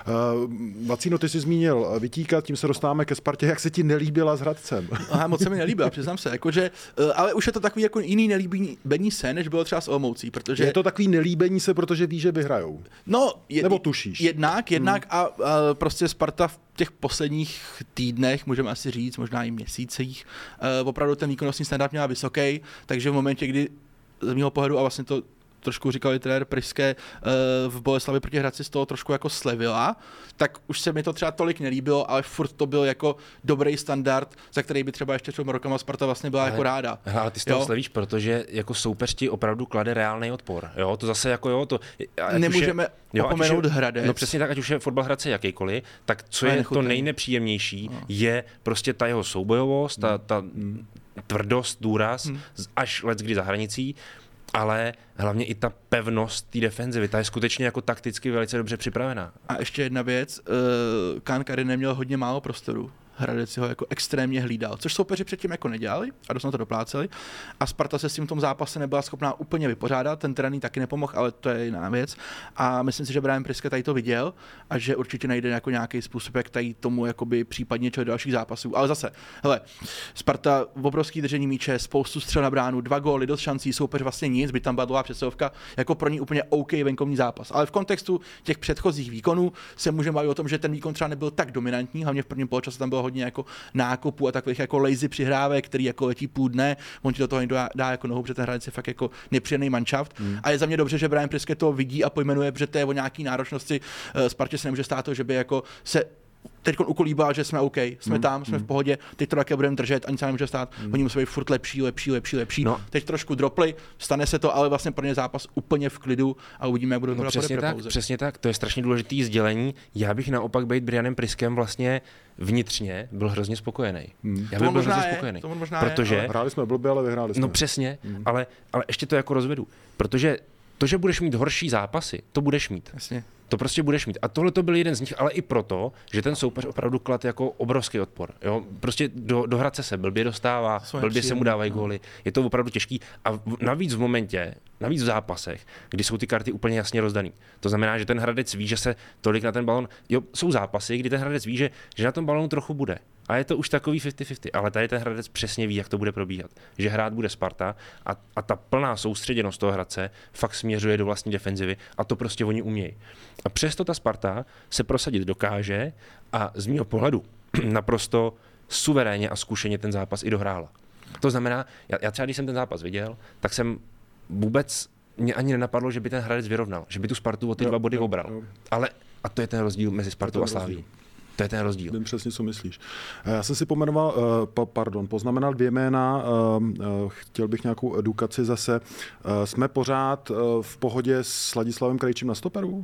Uh, Vacíno, ty jsi zmínil Vytíka, tím se dostáváme ke Spartě, jak se ti nelíbila s Hradcem? Aha, moc se mi nelíbila, přiznám se. Jakože, eh, ale už je to takový jako jiný nelíbení se, než bylo třeba s Olomoucí, protože... Je to takový nelíbení se, protože ví, že vyhrajou. No, je, Nebo tušíš? Jednak, jednak a, a prostě Sparta v těch posledních týdnech, můžeme asi říct, možná i měsících, uh, opravdu ten výkonnostní standard měla vysoký, takže v momentě, kdy z mého pohledu, a vlastně to trošku říkal i trenér Pryské, uh, v Boleslavi proti Hradci z toho trošku jako slevila, tak už se mi to třeba tolik nelíbilo, ale furt to byl jako dobrý standard, za který by třeba ještě třeba rokama Sparta vlastně byla Ale- jako ráda. Hele, ale ty z toho Jo. slevíš, protože jako soupeř ti opravdu klade reálný odpor. Jo, to zase jako jo, to... ať už Nemůžeme jo, ať už opomenout je- Hradec. No přesně tak, ať už je fotbal Hradce jakýkoliv, tak co To je je to nechutný. nejnepříjemnější, je prostě ta jeho soubojovost, ta, ta tvrdost, důraz, z- až leckdy za hranicí, ale hlavně i ta pevnost té defenzivy, ta je skutečně jako takticky velice dobře připravená. A ještě jedna věc, uh, Kán Karin neměl hodně málo prostoru. Hradec si ho jako extrémně hlídal, což soupeři předtím jako nedělali a dost na to dopláceli. A Sparta se s tím v tom zápase nebyla schopná úplně vypořádat, ten trénink taky nepomohl, ale to je jiná věc. A myslím si, že Brian Pryske tady to viděl a že určitě najde jako nějaký způsob, jak tady tomu jakoby případně čelit do dalších zápasů. Ale zase, hele, Sparta v obrovský držení míče, spoustu střel na bránu, dva góly, dost šancí, soupeř vlastně nic, by tam byla dlouhá přesilovka, jako pro ní úplně OK venkovní zápas. Ale v kontextu těch předchozích výkonů se můžeme bavit o tom, že ten výkon třeba nebyl tak dominantní, hlavně v prvním poločase tam bylo hodně jako nákupů a takových jako lazy přihrávek, který jako letí půl dne, on ti do toho někdo dá, dá jako nohu, protože ten Hradec je fakt jako nepříjemný manšaft. Hmm. A je za mě dobře, že Brian Pryske to vidí a pojmenuje, že to je o nějaký náročnosti. Spartě se nemůže stát to, že by jako se teď ukolíbá, že jsme OK, jsme Hmm. tam, jsme v pohodě, teď to také budeme držet, ani se nemůže stát, hmm. oni musí být furt lepší, lepší, lepší, lepší. No. Teď trošku dropli, stane se to, ale vlastně pro ně zápas úplně v klidu a uvidíme, jak budou No to přesně tak, pauze. přesně tak, to je strašně důležitý sdělení. Já bych naopak být Brianem Pryskem vlastně vnitřně byl hrozně spokojený. Hmm. Já To bych on byl možná hrozně je, spokojený. to on možná protože, je, Hráli jsme blbě, ale vyhráli jsme. no přesně, Hmm. ale, ale ještě to jako rozvedu, protože to, že budeš mít horší zápasy, to budeš mít. Jasně. To prostě budeš mít. A tohle to byl jeden z nich, ale i proto, že ten soupeř opravdu klad jako obrovský odpor. Jo? Prostě do, do Hradce se blbě dostává, Jsou blbě se mu nepříjemný, dávají no. góly. Je to opravdu těžký. A v, navíc v momentě, navíc v zápasech, kdy jsou ty karty úplně jasně rozdaný. To znamená, že ten Hradec ví, že se tolik na ten balon. Jo, jsou zápasy, kdy ten Hradec ví, že, že na tom balonu trochu bude. A je to už takový padesát na padesát, ale tady ten Hradec přesně ví, jak to bude probíhat. Že hrát bude Sparta a, a ta plná soustředěnost toho Hradce fakt směřuje do vlastní defenzivy a to prostě oni umějí. A přesto ta Sparta se prosadit dokáže a z mého pohledu naprosto suverénně a zkušeně ten zápas i dohrála. To znamená, já, já třeba když jsem ten zápas viděl, tak jsem vůbec, mě ani nenapadlo, že by ten Hradec vyrovnal, že by tu Spartu o ty Jo, dva body jo, obral. jo. Ale, a to je ten rozdíl mezi Spartou To a je ten Slaví. rozdíl. To je ten rozdíl. Vím přesně, co myslíš. Já jsem si pomenoval, uh, pa, pardon, poznamenal dvě jména, uh, uh, chtěl bych nějakou edukaci zase. Uh, jsme pořád uh, v pohodě s Ladislavem Krejčím na stoperu?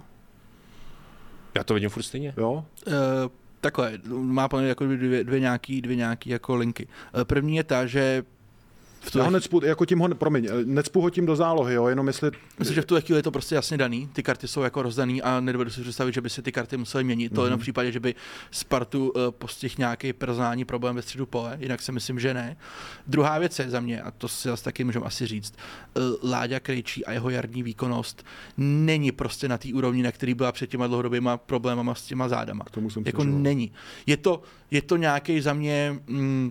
Já to vidím furt stejně. Jo? Uh, takhle, má plně jako dvě, dvě nějaký, dvě nějaký jako linky. Uh, první je ta, že Já ho necpu, jako tím ho, promiň, necpu ho tím do zálohy, jo, jenom jestli... Myslím, že v tu chvíli je to prostě jasně daný, ty karty jsou jako rozdaný a nedovedu si představit, že by se ty karty musely měnit, to mm-hmm. jenom v případě, že by Spartu uh, postihl nějaký personální problém ve středu pole, jinak si myslím, že ne. Druhá věc je za mě, a to si zase taky můžeme asi říct, uh, Láďa Krejčí a jeho jarní výkonnost není prostě na té úrovni, na který byla před těma dlouhodobýma problémama s těma zádama. K tomu jsem jako není. Je to, je to nějaký za mě... Mm,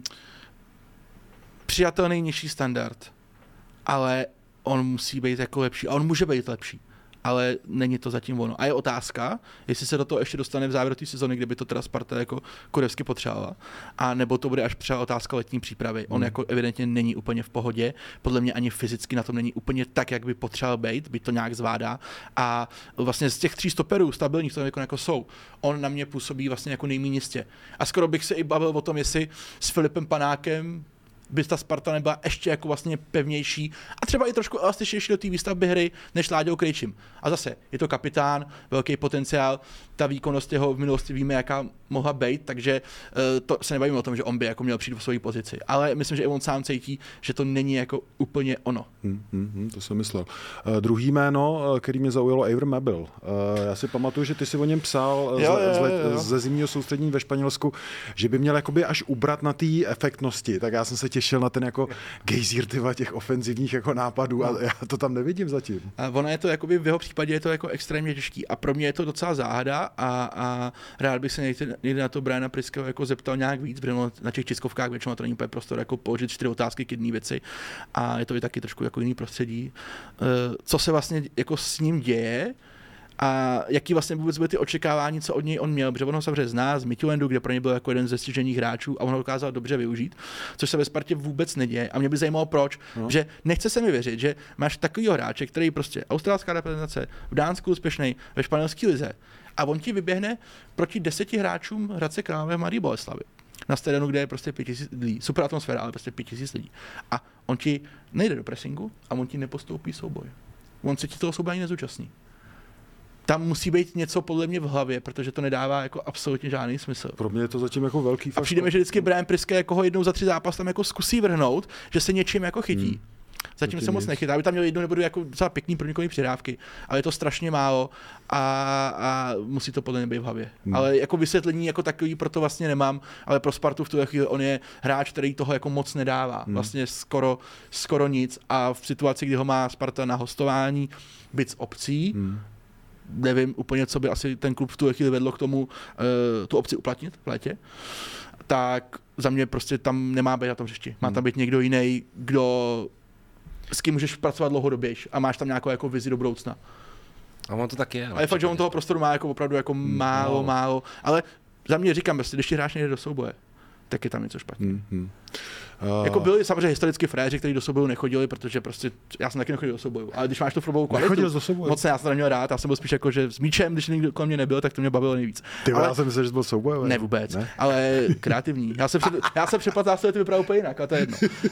přijatelný nižší standard, ale on musí být jako lepší a on může být lepší, ale není to zatím ono. A je otázka, jestli se do toho ještě dostane v závěru té sezony, kde by to teda Sparta jako Kurevsky potřebovala, a nebo to bude až třeba otázka letní přípravy. On hmm. jako evidentně není úplně v pohodě, podle mě ani fyzicky na tom není úplně tak, jak by potřeboval být, byť to nějak zvládá. A vlastně z těch tří stoperů stabilních, to jako, jako jsou, on na mě působí vlastně jako nejméně jistě. A skoro bych se i bavil o tom, jestli s Filipem Panákem by ta Sparta nebyla ještě jako vlastně pevnější a třeba i trošku elastičnější do té výstavby hry než Láďou Krejčím. A zase, je to kapitán, velký potenciál, ta výkonnost jeho v minulosti víme, jaká mohla být, takže uh, to se nebavíme o tom, že on by jako měl přijít v svoji pozici. Ale myslím, že i on sám cítí, že to není jako úplně ono. Hmm, hmm, hmm, to jsem myslel. Uh, druhý jméno, který mě zaujalo, Eivor Mabel. Uh, já si pamatuju, že ty si o něm psal jo, jo, z, jo, jo. ze zimního soustředění ve Španělsku, že by měl jakoby až ubrat na té efektnosti. Tak já jsem se těšil na ten jako gejzír tyva těch ofenzivních jako nápadů a já to tam nevidím zatím. A ono je to jakoby v jeho případě je to jako extrémně těžký a pro mě je to docela záhada a, a rád bych se někdy, někdy na to Briana Priského jako zeptal nějak víc, protože na těch tiskovkách většinou to není úplně prostor jako položit čtyři otázky k jedné věci a je to i taky trošku jako jiný prostředí. Co se vlastně jako s ním děje a jaký vlastně vůbec byly ty očekávání, co od něj on měl, protože on ho samozřejmě zná z Midtjyllandu, kde pro něj byl jako jeden ze stěžejních hráčů a on ho dokázal dobře využít, což se ve Spartě vůbec neděje a mě by zajímalo proč, no. Že nechce se mi věřit, že máš takovýho hráče, který prostě australská reprezentace, v Dánsku úspěšný, ve španělské lize a on ti vyběhne proti deseti hráčům Hradce Králové v Mladé Boleslavi. Na stadionu, kde je prostě pět tisíc lidí, super atmosféra, ale prostě pět tisíc lidí. A on ti nejde do pressingu a on ti nepostoupí souboj. On se ti toho souboje ani nezúčastní. Tam musí být něco podle mě v hlavě, protože to nedává jako absolutně žádný smysl. Pro mě je to zatím jako velký fakt. A přijde mi, že vždycky Brian Priske jako ho jednou za tři zápas tam jako zkusí vrhnout, že se něčím jako chytí. Hmm. Zatím se moc nechytá, aby tam měl jednou nebo jako docela pěkný pronikový přidávky, ale je to strašně málo a, a musí to podle mě být v hlavě. Hmm. Ale jako vysvětlení jako takový proto vlastně nemám, ale pro Spartu v tu chvíli on je hráč, který toho jako moc nedává. Hmm. Vlastně skoro, skoro nic a v situaci, kdy ho má Sparta na hostování, byt z obcí, hmm. nevím úplně, co by asi ten klub v tu chvíli vedlo k tomu uh, tu opci uplatnit v létě, tak za mě prostě tam nemá být na tom hřišti. Má tam být někdo jiný, kdo s kým můžeš pracovat dlouhodobě a máš tam nějakou jako vizi do budoucna. A on to tak je. Ale je fakt, že on toho prostoru má jako opravdu jako málo, no. málo, ale za mě říkám, když ti hráč nejde do souboje, tak je tam něco špatně. Hmm, hmm. Uh... Jako byli samozřejmě historicky fréři, kteří do soubojů nechodili, protože prostě já jsem taky nechodil do soubojů, ale když máš tu fotbalovou kvalitu, moc ne, já jsem to neměl rád, já jsem byl spíš jako, že s míčem, když nikdo kolem mě nebyl, tak to mě bavilo nejvíc. Ty ale... já jsem myslel, že jsi byl soubojový. Ne vůbec, ne? Ale kreativní. Já jsem, před... já jsem přepad zásledně ty vypadá úplně jinak, ale to je jedno. Uh...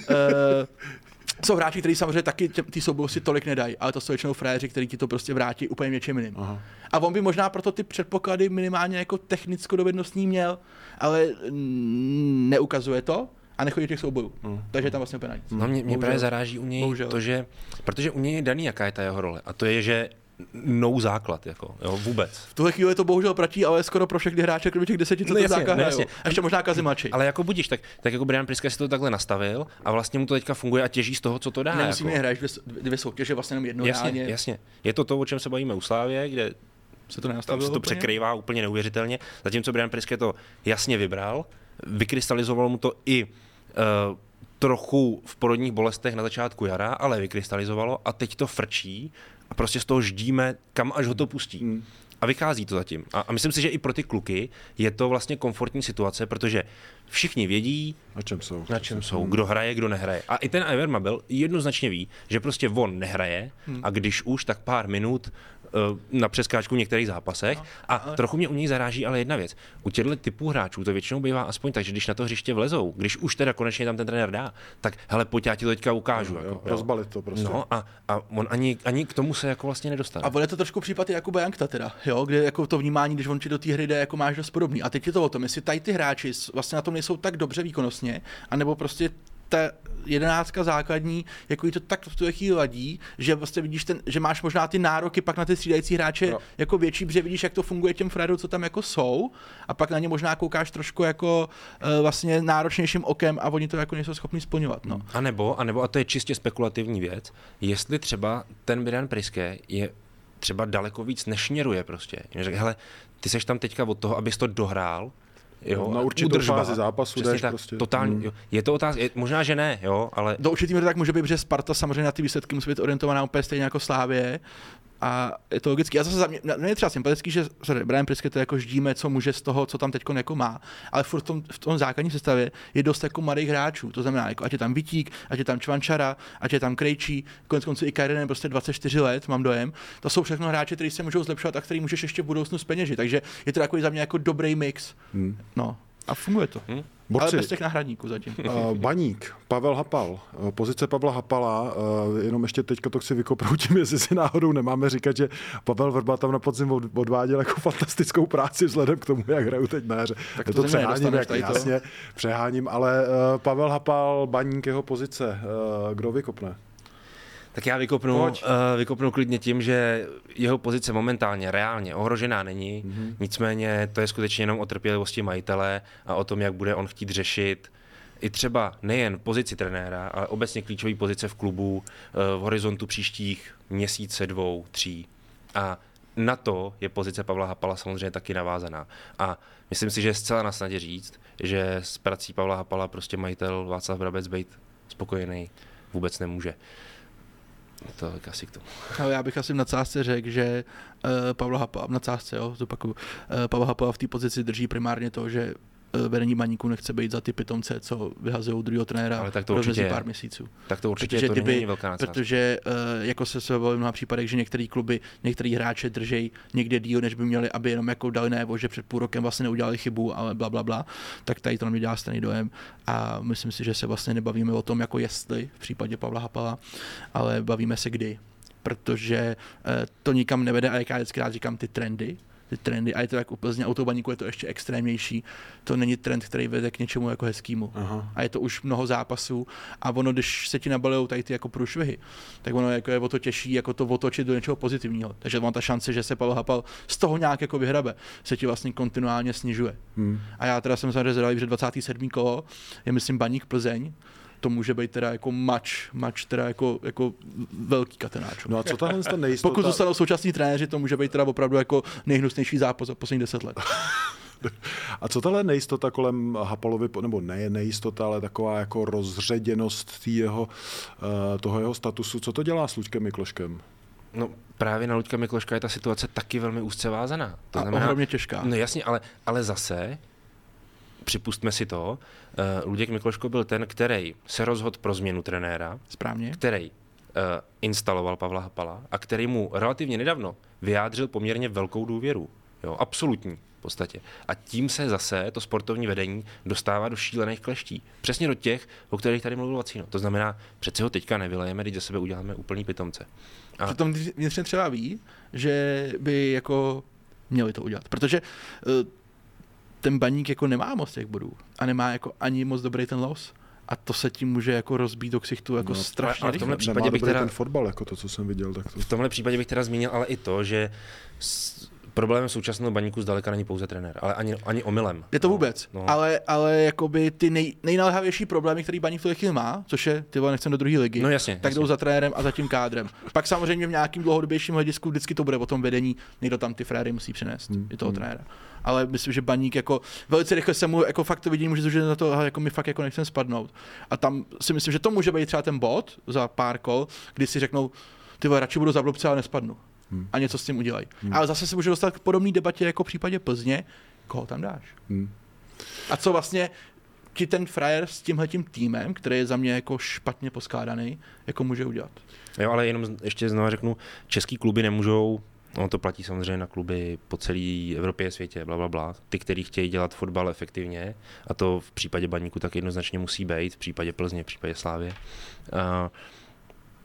Jsou hráči, kteří samozřejmě taky ty souboje si tolik nedají, ale to jsou většinou fréři, kteří ti to prostě vrátí úplně něčím jiným. Aha. A on by možná proto ty předpoklady minimálně jako technicko-dovednostní měl, ale neukazuje to a nechodí těch soubojů. Uh. Takže tam vlastně úplně nic. No mě, mě právě zaráží u něj Bohužel. to, že, protože u něj je daný, jaká je ta jeho role. A to je, že no základ, jako, jo, vůbec. V tuhle chvíli to bohužel platí, ale skoro pro všechny hráče, kromě těch deseti, co no, to základ A ještě možná Kazimači. Ale jako budíš, tak, tak jako Brian Priske si to takhle nastavil a vlastně mu to teďka funguje a těží z toho, co to dá. Nemusíme jako. hrát dvě, dvě soutěže, vlastně jenom jedno jasně, reálně. Jasně, je to to, o čem se bavíme u Slávě, kde se to, se to úplně? překrývá úplně neuvěřitelně, zatímco Brian Priske to jasně vybral, vykrystalizovalo mu to i uh, trochu v porodních bolestech na začátku jara, ale vykrystalizovalo a teď to frčí a prostě z toho ždíme, kam až ho to pustí. Hmm. A vychází to zatím. A, a myslím si, že i pro ty kluky je to vlastně komfortní situace, protože všichni vědí, na čem jsou, na čem jsou, kdo hraje, kdo nehraje. A i ten Eivor Mabel jednoznačně ví, že prostě on nehraje hmm. a když už, tak pár minut na přeskáčku v některých zápasech. No, a ale... trochu mě u něj zaráží ale jedna věc. U těchto typů hráčů to většinou bývá aspoň tak, že když na to hřiště vlezou, když už teda konečně tam ten trenér dá, tak hele, pojď, já ti to teďka ukážu. No, jako, jo, rozbalit to prostě. No a, a on ani, ani k tomu se jako vlastně nedostane. A bude to trošku případ Jakuba Jankta teda, jo, kde jako to vnímání, když on ti do té hry jde, jako máš dost podobný. A teď je to o tom, jestli tady ty hráči vlastně na tom nejsou tak dobře výkonnostně, anebo prostě ta jedenáctka základní, jako jí to tak v tu chvíli ladí, že vlastně vidíš ten, že máš možná ty nároky pak na ty střídající hráče no. jako větší, protože vidíš, jak to funguje těm frajerům, co tam jako jsou, a pak na ně možná koukáš trošku jako uh, vlastně náročnějším okem a oni to jako nejsou schopni splňovat. No. A nebo, a nebo, a to je čistě spekulativní věc, jestli třeba ten Miriam Priske je třeba daleko víc nešněruje prostě. Řekl, hele, ty seš tam teďka od toho, abys to dohrál, jo, na určitou udržba, fázi zápasu jdeš tak, prostě. Totálně, hmm. jo. Je to otázka, je, možná, že ne, jo, ale... Do určitý míry tak může být, že Sparta samozřejmě na ty výsledky musí být orientovaná úplně stejně jako Slávie. A je to logicky. Já zase za mě, mě je třeba sympatický, že sorry, Brian Priske to jako ždíme, co může z toho, co tam teď jako má, ale furt v tom, v tom základní sestavě je dost jako mladých hráčů. To znamená, jako, ať je tam Vitík, ať je tam Čvančara, ať je tam Krejčí, konec konců i Kairinen prostě dvacet čtyři let, mám dojem. To jsou všechno hráči, kteří se můžou zlepšovat a který můžeš ještě v budoucnu zpeněžit. Takže je to takový za mě jako dobrý mix. Hmm. No. A funguje to. Hmm. Borci. Ale bez těch náhradníků zatím. Uh, Baník, Pavel Hapal, uh, pozice Pavla Hapala, uh, jenom ještě teďka to chci vykopnout, jestli si náhodou nemáme říkat, že Pavel Vrba tam na podzim odváděl jako fantastickou práci vzhledem k tomu, jak hrajou teď na jaře. Tak to, to to přeháním, jak, to. jasně, přeháním, ale uh, Pavel Hapal, Baník, jeho pozice, uh, kdo vykopne? Tak já vykopnu, uh, vykopnu klidně tím, že jeho pozice momentálně reálně ohrožená není, mm-hmm. nicméně to je skutečně jenom o trpělivosti majitele a o tom, jak bude on chtít řešit i třeba nejen pozici trenéra, ale obecně klíčové pozice v klubu uh, v horizontu příštích měsíce, dvou, tří. A na to je pozice Pavla Hapala samozřejmě taky navázaná. A myslím si, že je zcela na snadě říct, že s prací Pavla Hapala prostě majitel Václav Brabec být spokojený vůbec nemůže. To je asi k tomu. Ale já bych asi v nadsázce řekl, že uh, Pavla Hapala, v nadsázce, jo, zopakuju, uh, Pavla Hapala v té pozici drží primárně to, že vedení Baníku nechce být za ty pitomce, co vyhazují druhého trenéra ale tak to určitě je. pár měsíců. Tak to určitě protože to kdyby, není velká nadsázka. Protože uh, jako se se bavím v mnoha případech, že některé kluby, některý hráče drží někde díl, než by měli, aby jenom jako dali najevo, že před půl rokem vlastně neudělali chybu, ale bla, bla, bla, tak tady to na mě dělá stejný dojem a myslím si, že se vlastně nebavíme o tom, jako jestli v případě Pavla Hapala, ale bavíme se kdy. Protože uh, to nikam nevede a jak já vždycky rád říkám ty trendy, ty trendy, a je to jak u Plzně, u toho Baníku je to ještě extrémnější, to není trend, který vede k něčemu jako hezkýmu. Aha. A je to už mnoho zápasů a ono, když se ti nabalují tady ty jako průšvihy, tak ono jako je o to těžší, jako to otočit do něčeho pozitivního. Takže mám ta šance, že se Pavel Hapal z toho nějak jako vyhrabe, se ti vlastně kontinuálně snižuje. Hmm. A já teda jsem samozřejmě zvědavý, že dvacáté sedmé kolo je myslím Baník Plzeň, to může být teda jako mač, mač teda jako, jako velký katenáč. No a co tahle ta nejistota? Pokud zůstanou současní trenéři, to může být teda opravdu jako nejhnusnější zápas za posledních deset let. A co tahle nejistota kolem Hapalovi, nebo ne nejistota, ale taková jako rozředěnost tý jeho, toho jeho statusu, co to dělá s Luďkem Mikloškem? No právě na Luďka Mikloška je ta situace taky velmi úzce vázaná. To znamená, a ohromně těžká. No jasně, ale, ale zase připustme si to, uh, Luděk Mikloško byl ten, který se rozhodl pro změnu trenéra, správně, který uh, instaloval Pavla Hapala a který mu relativně nedávno vyjádřil poměrně velkou důvěru, jo, absolutní v podstatě. A tím se zase to sportovní vedení dostává do šílených kleští. Přesně do těch, o kterých tady mluvil Vacíno. To znamená, přeci ho teďka nevylejeme, když ze sebe uděláme úplný pitomce. A přitom vnitřně třeba ví, že by jako měli to udělat, protože uh, ten Baník jako nemá moc těch bodů a nemá jako ani moc dobrý ten los. A to se tím může jako rozbít do ksichtu jako no, strašně. Ale v tomhle případě bych teda, ten fotbal, jako to, co jsem viděl. Tak to... V tomhle případě bych teda zmínil ale i to, že s problémem současného Baníku zdaleka není pouze trenér, ale ani, ani omylem. Je to vůbec, no, no. ale, ale jakoby ty nej, nejnalhavější problémy, který Baník v tuhle chvíli má, což je, ty vole, nechcem do druhé ligy, no, jasně, tak jasně. jdou za trenérem a za tím kádrem. Pak samozřejmě v nějakým dlouhodobějším hledisku vždycky to bude o tom vedení, někdo tam ty fréry musí přinést, hmm. i toho hmm. trenéra. Ale myslím, že Baník jako velice rychle se mu jako fakt to vidí, může zúžit na to, jako my fakt jako nechcem spadnout. A tam si myslím, že to může být třeba ten bod za pár kol, kdy si řeknou, ty vole, radši budu za blbce, ale nespadnu. Hmm. A něco s tím udělají. Hmm. Ale zase se může dostat k podobné debatě jako v případě Plzně, koho tam dáš. Hmm. A co vlastně ti ten frajer s tímhletím týmem, který je za mě jako špatně poskládaný, jako může udělat. Jo, ale jenom ještě znovu řeknu, český kluby nemůžou, no to platí samozřejmě na kluby po celé Evropě, světě, bla, bla, bla. Ty, kteří chtějí dělat fotbal efektivně, a to v případě Baníku tak jednoznačně musí být, v případě Plzně, v případě Slávie. Uh,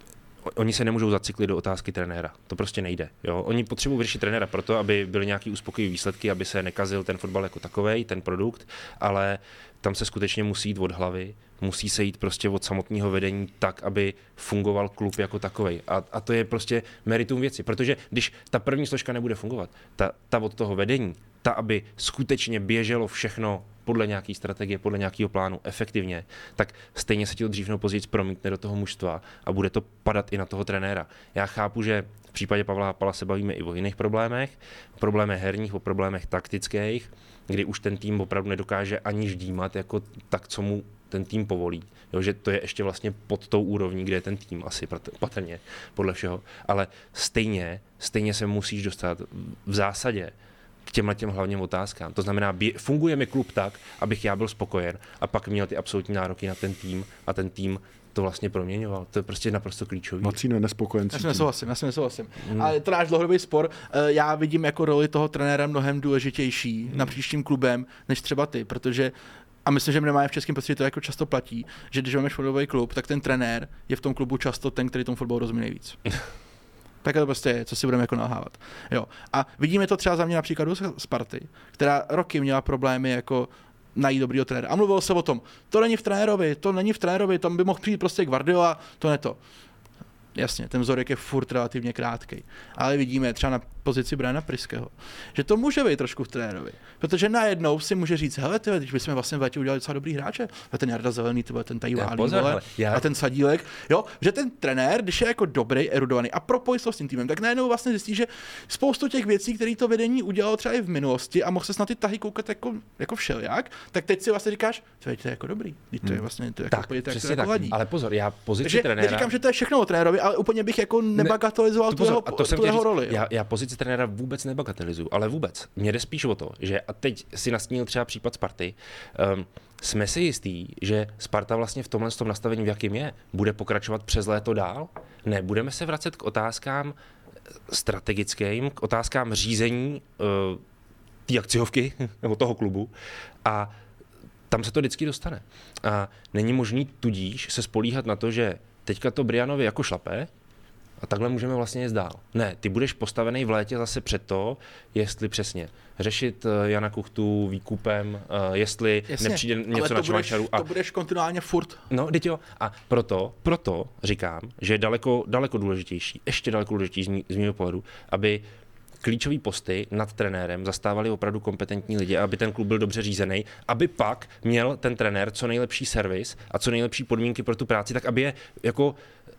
oni se nemůžou zacyklit do otázky trenéra. To prostě nejde. Jo? Oni potřebují vyřešit trenéra proto, aby byly nějaký uspokojivé výsledky, aby se nekazil ten fotbal jako takovej, ten produkt, ale tam se skutečně musí jít od hlavy, musí se jít prostě od samotného vedení tak, aby fungoval klub jako takovej. A, a to je prostě meritum věci, protože když ta první složka nebude fungovat, ta, ta od toho vedení, ta, aby skutečně běželo všechno podle nějaké strategie, podle nějakého plánu efektivně, tak stejně se ti to dřív nebo později promítne do toho mužstva a bude to padat i na toho trenéra. Já chápu, že v případě Pavla Hápala se bavíme i o jiných problémech, o problémech herních, o problémech taktických, kdy už ten tým opravdu nedokáže ani ždímat jako tak, co mu ten tým povolí. Jo, že to je ještě vlastně pod tou úrovní, kde je ten tým asi patrně, podle všeho. Ale stejně, stejně se musíš dostat v zásadě k těmhle těm hlavním otázkám. To znamená, funguje mi klub tak, abych já byl spokojen a pak měl ty absolutní nároky na ten tým a ten tým to vlastně proměňoval. To je prostě naprosto klíčový. Macíne, nespokojen. Já si nesouhlasím, já si nesouhlasím. Hmm. Ale to náš dlouhodobý spor, já vidím jako roli toho trenéra mnohem důležitější hmm. na příštím klubem, než třeba ty, protože a myslím, že minimálně v českém prostředí to jako často platí, že když máme fotbalový klub, tak ten trenér je v tom klubu často ten, který tomu fotbalu rozumí nejvíc. Tak to prostě je, co si budeme jako nalhávat. Jo. A vidíme to třeba za mě například u Sparty, která roky měla problémy jako najít dobrýho trenéra. A mluvilo se o tom, to není v trenérovi, to není v trenérovi, tam by mohl přijít prostě Guardiola, to ne to. Jasně, ten vzorek je furt relativně krátkej. Ale vidíme třeba na pozici Briana Priského, že to může být trošku v trenérovi. Protože najednou si může říct, hele, tyhle, když bychom vlastně v létě udělali docela dobrý hráče, a ten Jarda Zelený, tyhle, ten tady válí, vole, já... a ten Sadílek, jo, že ten trenér, když je jako dobrý, erudovaný a propojí se s tím týmem, tak najednou vlastně zjistí, že spoustu těch věcí, které to vedení udělalo třeba i v minulosti a mohl se na ty tahy koukat jako, jako všelijak, tak teď si vlastně říkáš, to je, to je jako dobrý, to je vlastně to je tak, jako, přesně jako tak. ladí. Ale pozor, já pozici Takže trenéra... neříkám, že to je všechno o trenérovi, ale úplně bych jako nebagatelizoval ne, tu jeho, to tu jeho roli. Já, já pozici trenéra vůbec nebagatelizuju, ale vůbec. Mně jde spíš o to, že a teď si nastínil třeba případ Sparty, um, jsme si jistí, že Sparta vlastně v tomhle tom nastavení, v jakým je, bude pokračovat přes léto dál? Ne, budeme se vracet k otázkám strategickým, k otázkám řízení uh, té akciovky nebo toho klubu a tam se to vždycky dostane. A není možný tudíž se spolíhat na to, že teďka to Brianovi jako šlape a takhle můžeme vlastně jít dál. Ne, ty budeš postavený v létě zase před to, jestli přesně řešit Jana Kuchtu výkupem, jestli Jasně, nepřijde něco na Čvančaru. A to budeš kontinuálně furt. No, teď jo. A proto, proto říkám, že je daleko, daleko důležitější, ještě daleko důležitější z mého pohledu, aby klíčový posty nad trenérem zastávali opravdu kompetentní lidi, aby ten klub byl dobře řízený, aby pak měl ten trenér co nejlepší servis a co nejlepší podmínky pro tu práci, tak aby je jako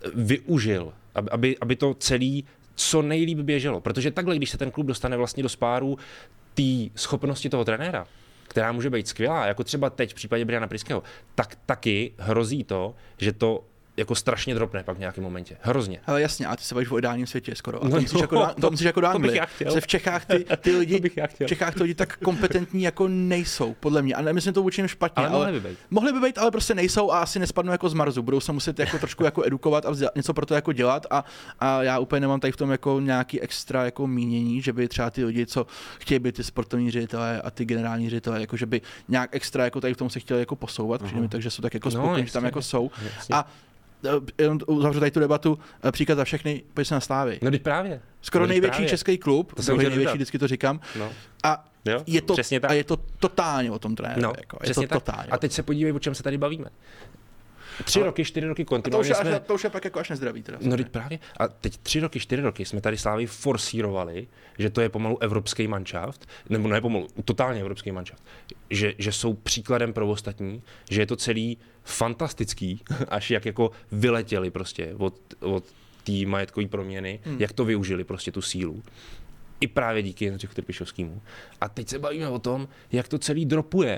využil, aby, aby to celý co nejlíp běželo. Protože takhle, když se ten klub dostane vlastně do spáru té schopnosti toho trenéra, která může být skvělá, jako třeba teď v případě Briana Priského, tak taky hrozí to, že to jako strašně dropne pak v nějakém momentě. Hrozně. Ale jasně, a ty se bavíš o ideálním světě skoro. A no, to musíš jako, do, to musíš jako do Anglie. Se v Čechách ty, ty lidi, v Čechách ty lidi tak kompetentní jako nejsou, podle mě. A nemyslím to vůči jim špatně, ale, ale mohli by být. Mohli by být, ale prostě nejsou a asi nespadnou jako z Marsu. Budou se muset jako trošku jako edukovat a vzdělat, něco pro to jako dělat a, a já úplně nemám tady v tom jako nějaký extra jako mínění, že by třeba ty lidi, co chtějí být ty sportovní ředitelé a ty generální ředitelé, jako že by nějak extra jako tady v tom se chtěli jako posouvat, uh-huh. takže jsou tak jako spokojení, no, že tam jako jsou. Jasně. A jenom uzavřu tady tu debatu, příklad za všechny, pojď se na Slávy. No teď právě. Skoro no, největší právě. český klub, to druhý největší, vždycky to říkám. No. A, jo, je to, a je to totálně o tom trenéru. No, jako. Je to totálně. A teď se podívej, o čem se tady bavíme. Tři ale, roky, čtyři roky kontinuálně to, jsme... to už je pak jako až nezdravý. Teda, no teď právě. A teď tři roky, čtyři roky jsme tady Slávy forsírovali, že to je pomalu evropský manšaft, nebo ne pomalu, totálně evropský manšaft. Že, že jsou příkladem pro ostatní, že je to celý fantastický, až jak jako vyletěli prostě od, od té majetkové proměny, hmm. jak to využili prostě tu sílu. I právě díky Jindřichu Trpišovskému. A teď se bavíme o tom, jak to celý dropuje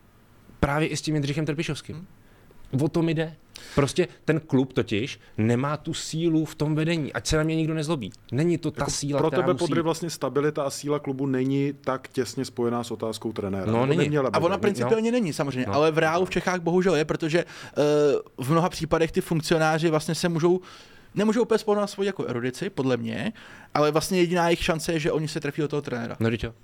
právě i s tím Jindřichem Trpišovským. Hmm. O tom jde. Prostě ten klub totiž nemá tu sílu v tom vedení, ať se na mě nikdo nezlobí. Není to ta jako síla, pro která tebe, musí... Podry, vlastně stabilita a síla klubu není tak těsně spojená s otázkou trenéra. No, není. A ona principiálně no. není samozřejmě, no. ale v reálu v Čechách bohužel je, protože uh, v mnoha případech ty funkcionáři vlastně se můžou nemůžou úplně spolu na svoji jako erudici, podle mě, ale vlastně jediná jejich šance je, že oni se trefí do toho trenéra. No ryťo.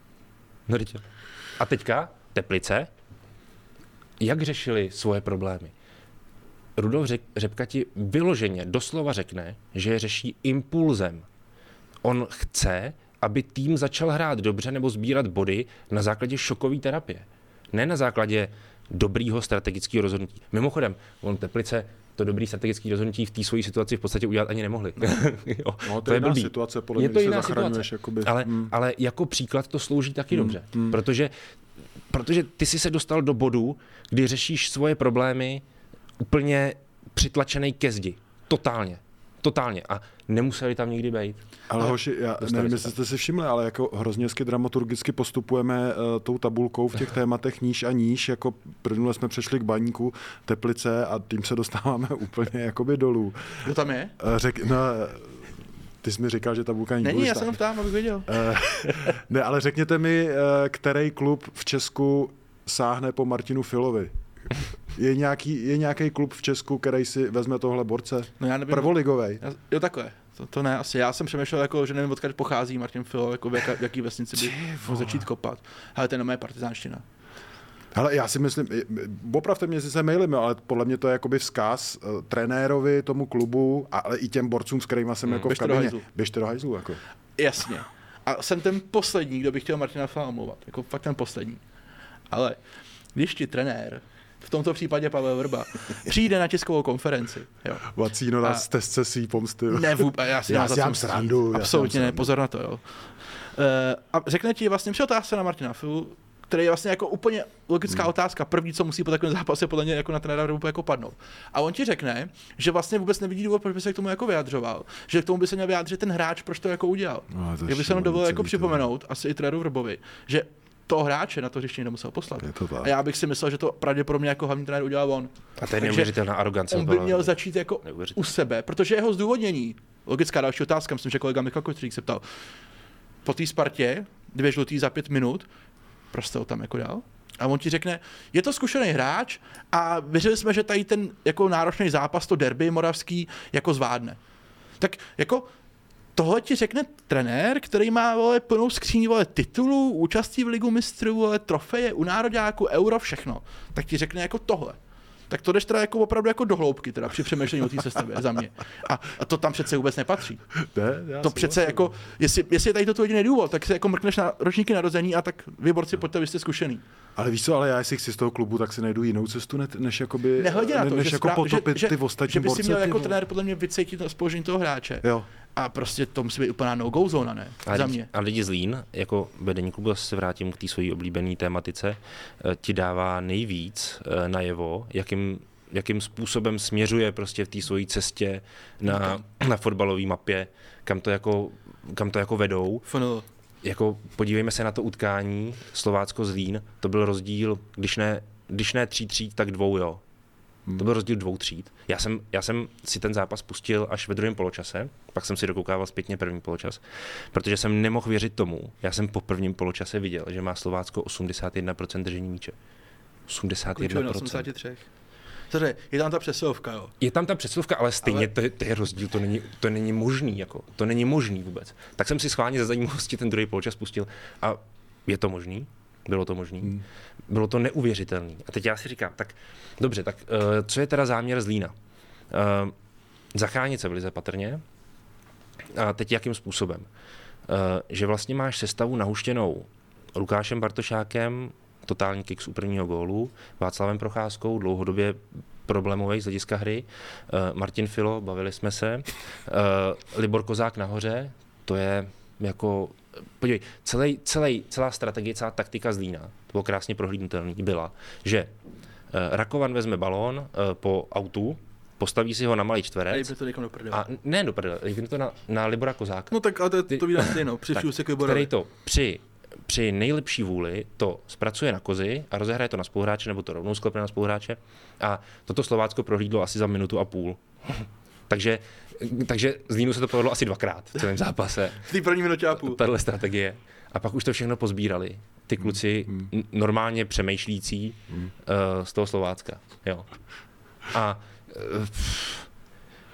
No ryťo. A teďka Teplice, jak řešili svoje problémy? Rudolf Řek, Řepka ti vyloženě doslova řekne, že je řeší impulzem. On chce, aby tým začal hrát dobře nebo sbírat body na základě šokové terapie. Ne na základě dobrýho strategického rozhodnutí. Mimochodem, on Teplice to dobrý strategický rozhodnutí v té svojí situaci v podstatě udělat ani nemohli. jo, no, to, to je jiná blbý. situace, podle je mě, to se jiná zachraňuješ. situace. Jakoby, ale, hmm. ale jako příklad to slouží taky hmm. dobře, hmm. protože, protože ty jsi se dostal do bodu, kdy řešíš svoje problémy úplně přitlačenej ke zdi. Totálně. Totálně. A nemuseli tam nikdy být. Ale hoši, já nevím, jestli jste si všimli, ale jako hrozně hezky dramaturgicky postupujeme uh, tou tabulkou v těch tématech níž a níž, jako prvnule jsme přešli k Baníku, Teplice a tím se dostáváme úplně jakoby dolů. Kdo tam je? Uh, řek, no, ty jsi mi říkal, že tabulka není Není, důležitá. já jsem tam ptám, abych věděl. Uh, ne, ale řekněte mi, uh, který klub v Česku sáhne po Martinu Filovi? Je nějaký, je nějaký klub v Česku, který si vezme tohle borce? No já nevím. Prvoligovej? Já, jo, takhle. To, to ne, asi. Já jsem přemýšlel, jako, že nevím, odkud pochází Martin Filo, jako v, jaká, v jaký vesnici by mohl začít kopat. Ale to je na mé partizánština. Hele, já si myslím, opravte mě, jestli se mýlím, ale podle mě to je jakoby vzkaz uh, trenérovi, tomu klubu, ale i těm borcům, s kterými jsem hmm. jako v kabině. Běžte do hajzlu. Jako. Jasně. A jsem ten poslední, kdo by chtěl Martina Fila omlouvat. Jako fakt ten poslední. Ale když ti trenér, v tomto případě Pavel Vrba, přijde na tiskovou konferenci. Jo. Vacíno na stezce svý pomsty. Ne, vůbec, já si já si dám srandu. Absolutně ne, pozor na to. Jo. Uh, a řekne ti vlastně při otázce na Martina Filu, který je vlastně jako úplně logická hmm. otázka. První, co musí po takovém zápase podle mě jako na trenéra Vrbu jako padnout. A on ti řekne, že vlastně vůbec nevidí důvod, proč by se k tomu jako vyjadřoval. Že k tomu by se měl vyjádřit ten hráč, proč to jako udělal. No, Já bych se jenom dovolil jako připomenout, asi i trenéru Vrbovi, že toho hráče na to hřiště nemusel poslat. A já bych si myslel, že to pravděpodobně jako hlavní trenér udělal on. A to je neuvěřitelná arogance. On by měl začít jako u sebe, protože jeho zdůvodnění, logická další otázka, myslím, že kolega Michal Kostřík se ptal, po té Spartě, dvě žlutý za pět minut, proč jste ho tam jako dal? A on ti řekne, je to zkušený hráč a věřili jsme, že tady ten jako náročný zápas, to derby moravský, jako zvládne. Tak jako tohle ti řekne trenér, který má vole, plnou skříň vole, titulů, účastí v Ligu mistrů, vole, trofeje, u nároďáku, euro, všechno. Tak ti řekne jako tohle. Tak to jdeš teda jako opravdu jako do hloubky teda při přemýšlení o té sestavě za mě. A, a to tam přece vůbec nepatří. Ne, to přece vlastně jako, jestli, jestli je tady toto jediný důvod, tak se jako mrkneš na ročníky narození a tak vy borci, pojďte, vy jste zkušený. Ale víš co, ale já jestli chci z toho klubu, tak si najdu jinou cestu, ne, než jakoby, nehledě na to, než že jako spra- potopit že, ty ostatní že by si borce, měl jako ty, trenér podle mě vycítit to spoložení toho hráče. Jo. A prostě to musí být úplná no-go zóna, ne? A za lidi, mě. A lidi z Lín, jako vedení klubu, se vrátím k té svojí oblíbené tématice, ti dává nejvíc najevo, jakým jakým způsobem směřuje prostě v té svojí cestě na, na fotbalové mapě, kam to jako, kam to jako vedou. Funnel. Jako podívejme se na to utkání Slovácko-Zlín, to byl rozdíl, když ne, když ne tří tříd, tak dvou, jo. Hmm. To byl rozdíl dvou tříd. Já jsem, já jsem si ten zápas pustil až ve druhém poločase, pak jsem si dokoukával zpětně první poločas, protože jsem nemohl věřit tomu. Já jsem po prvním poločase viděl, že má Slovácko osmdesát jedna procent držení míče. osmdesát jedna procent. osmdesát tři. Samozřejmě, je tam ta přesilovka, jo. Je tam ta přesilovka, ale stejně ale... to, je, to je rozdíl, to není, to není možný, jako, to není možný vůbec. Tak jsem si schválně za zajímavosti ten druhý poločas pustil a je to možný? Bylo to možný? Hmm. Bylo to neuvěřitelný. A teď já si říkám, tak dobře, tak uh, co je teda záměr Zlína? Uh, zachránit se v lize patrně. A teď jakým způsobem? Uh, že vlastně máš sestavu nahuštěnou Lukášem Bartošákem, totální kick z prvního gólu, Václavem Procházkou, dlouhodobě problémový z hlediska hry, uh, Martin Filo, bavili jsme se, uh, Libor Kozák nahoře, to je jako, podívej, celý, celý, celá strategie, celá taktika Zlína, to bylo krásně prohlídnutelný, byla, že uh, Rakovan vezme balón uh, po autu, postaví si ho na malý čtverec. A to někam do prdele. A ne do prdele, jde to na, na Libora Kozáka. No tak ale to, to vidíš stejno, při se k Liborovi. Který to při při nejlepší vůli to zpracuje na kozy a rozehraje to na spoluhráče, nebo to rovnou sklepne na spoluhráče. A toto Slovácko prohlídlo asi za minutu a půl. takže, takže Zlínu se to povedlo asi dvakrát v celém zápase. V té první minutě a půl. Tahle strategie. A pak už to všechno pozbírali. Ty kluci mm, mm. normálně přemýšlící mm. uh, z toho Slovácka. Jo. A uh,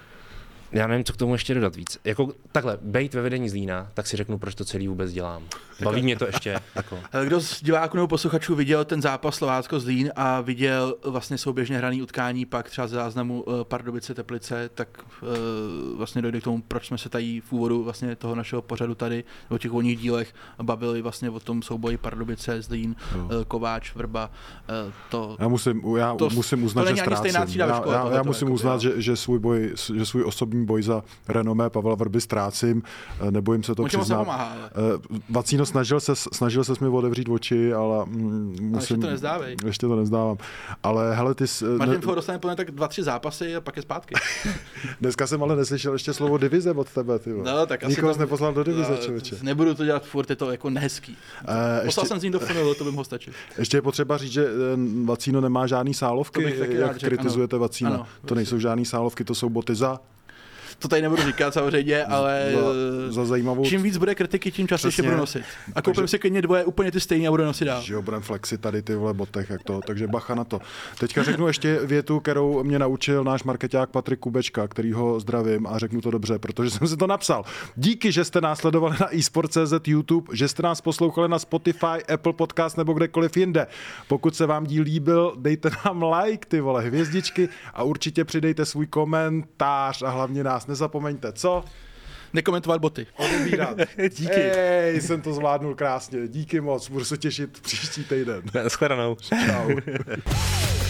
já nevím, co k tomu ještě dodat víc. Jako takhle, bejt ve vedení Zlína, tak si řeknu, proč to celý vůbec dělám. Baví mě to ještě. Jako. Kdo z diváků nebo posluchačů viděl ten zápas Slovácko-Zlín a viděl vlastně souběžně hraný utkání, pak třeba ze záznamu Pardubice-Teplice, tak uh, vlastně dojde k tomu, proč jsme se tady v úvodu vlastně toho našeho pořadu tady, o těch volných dílech bavili vlastně o tom souboji Pardubice, Zlín, no. Kováč, Vrba. Uh, to, já musím, já to, musím uznat, to že ztrácím. Já, já, já musím jako, uznat, že, že, svůj boj, že svůj osobní boj za renomé Pavla Vrby ztrácím. Nebojím se to Můžeme přiznat. Se pomáhá, ale... Vacíno snažil se, snažil se mi otevřít oči, ale mm, musím... Ale ještě to nezdávej. Ještě to nezdávám. Ale hele, ty... Martin Fo dostane plně tak dva, tři zápasy a pak je zpátky. Dneska jsem ale neslyšel ještě slovo divize od tebe, ty. No, tak Nikoho asi jsi neposlal do divize, no, člověče. Nebudu to dělat furt, je to jako nehezký. E, Poslal ještě... jsem z ní do Funelu, to by mohlo stačit. Ještě je potřeba říct, že Vacíno nemá žádný sálovky, jak kritizujete Vacína. Ano, to nejsou žádný sálovky, to jsou boty za... To tady nebudu říkat samozřejmě, ale za, za zajímavou... čím víc bude kritiky, tím častěji budu nosit. A koupím takže... si klidně dvoje úplně ty stejné a budu nosit dál. Že jo, budem flexit tady ty vole botech, jak to, takže bacha na to. Teďka řeknu ještě větu, kterou mě naučil náš markeťák Patrik Kubečka, který ho zdravím a řeknu to dobře, protože jsem si to napsal. Díky, že jste nás sledovali na eSport tečka cé zet YouTube, že jste nás poslouchali na Spotify, Apple Podcast nebo kdekoliv jinde. Pokud se vám díl líbil, dejte nám like, ty vole, hvězdičky a určitě přidejte svůj komentář a hlavně nás nezapomeňte, co? Nekomentovat boty. Odebírat. Díky. Ej, jsem to zvládnul krásně. Díky moc. Budu se těšit příští týden. Shledanou. Čau.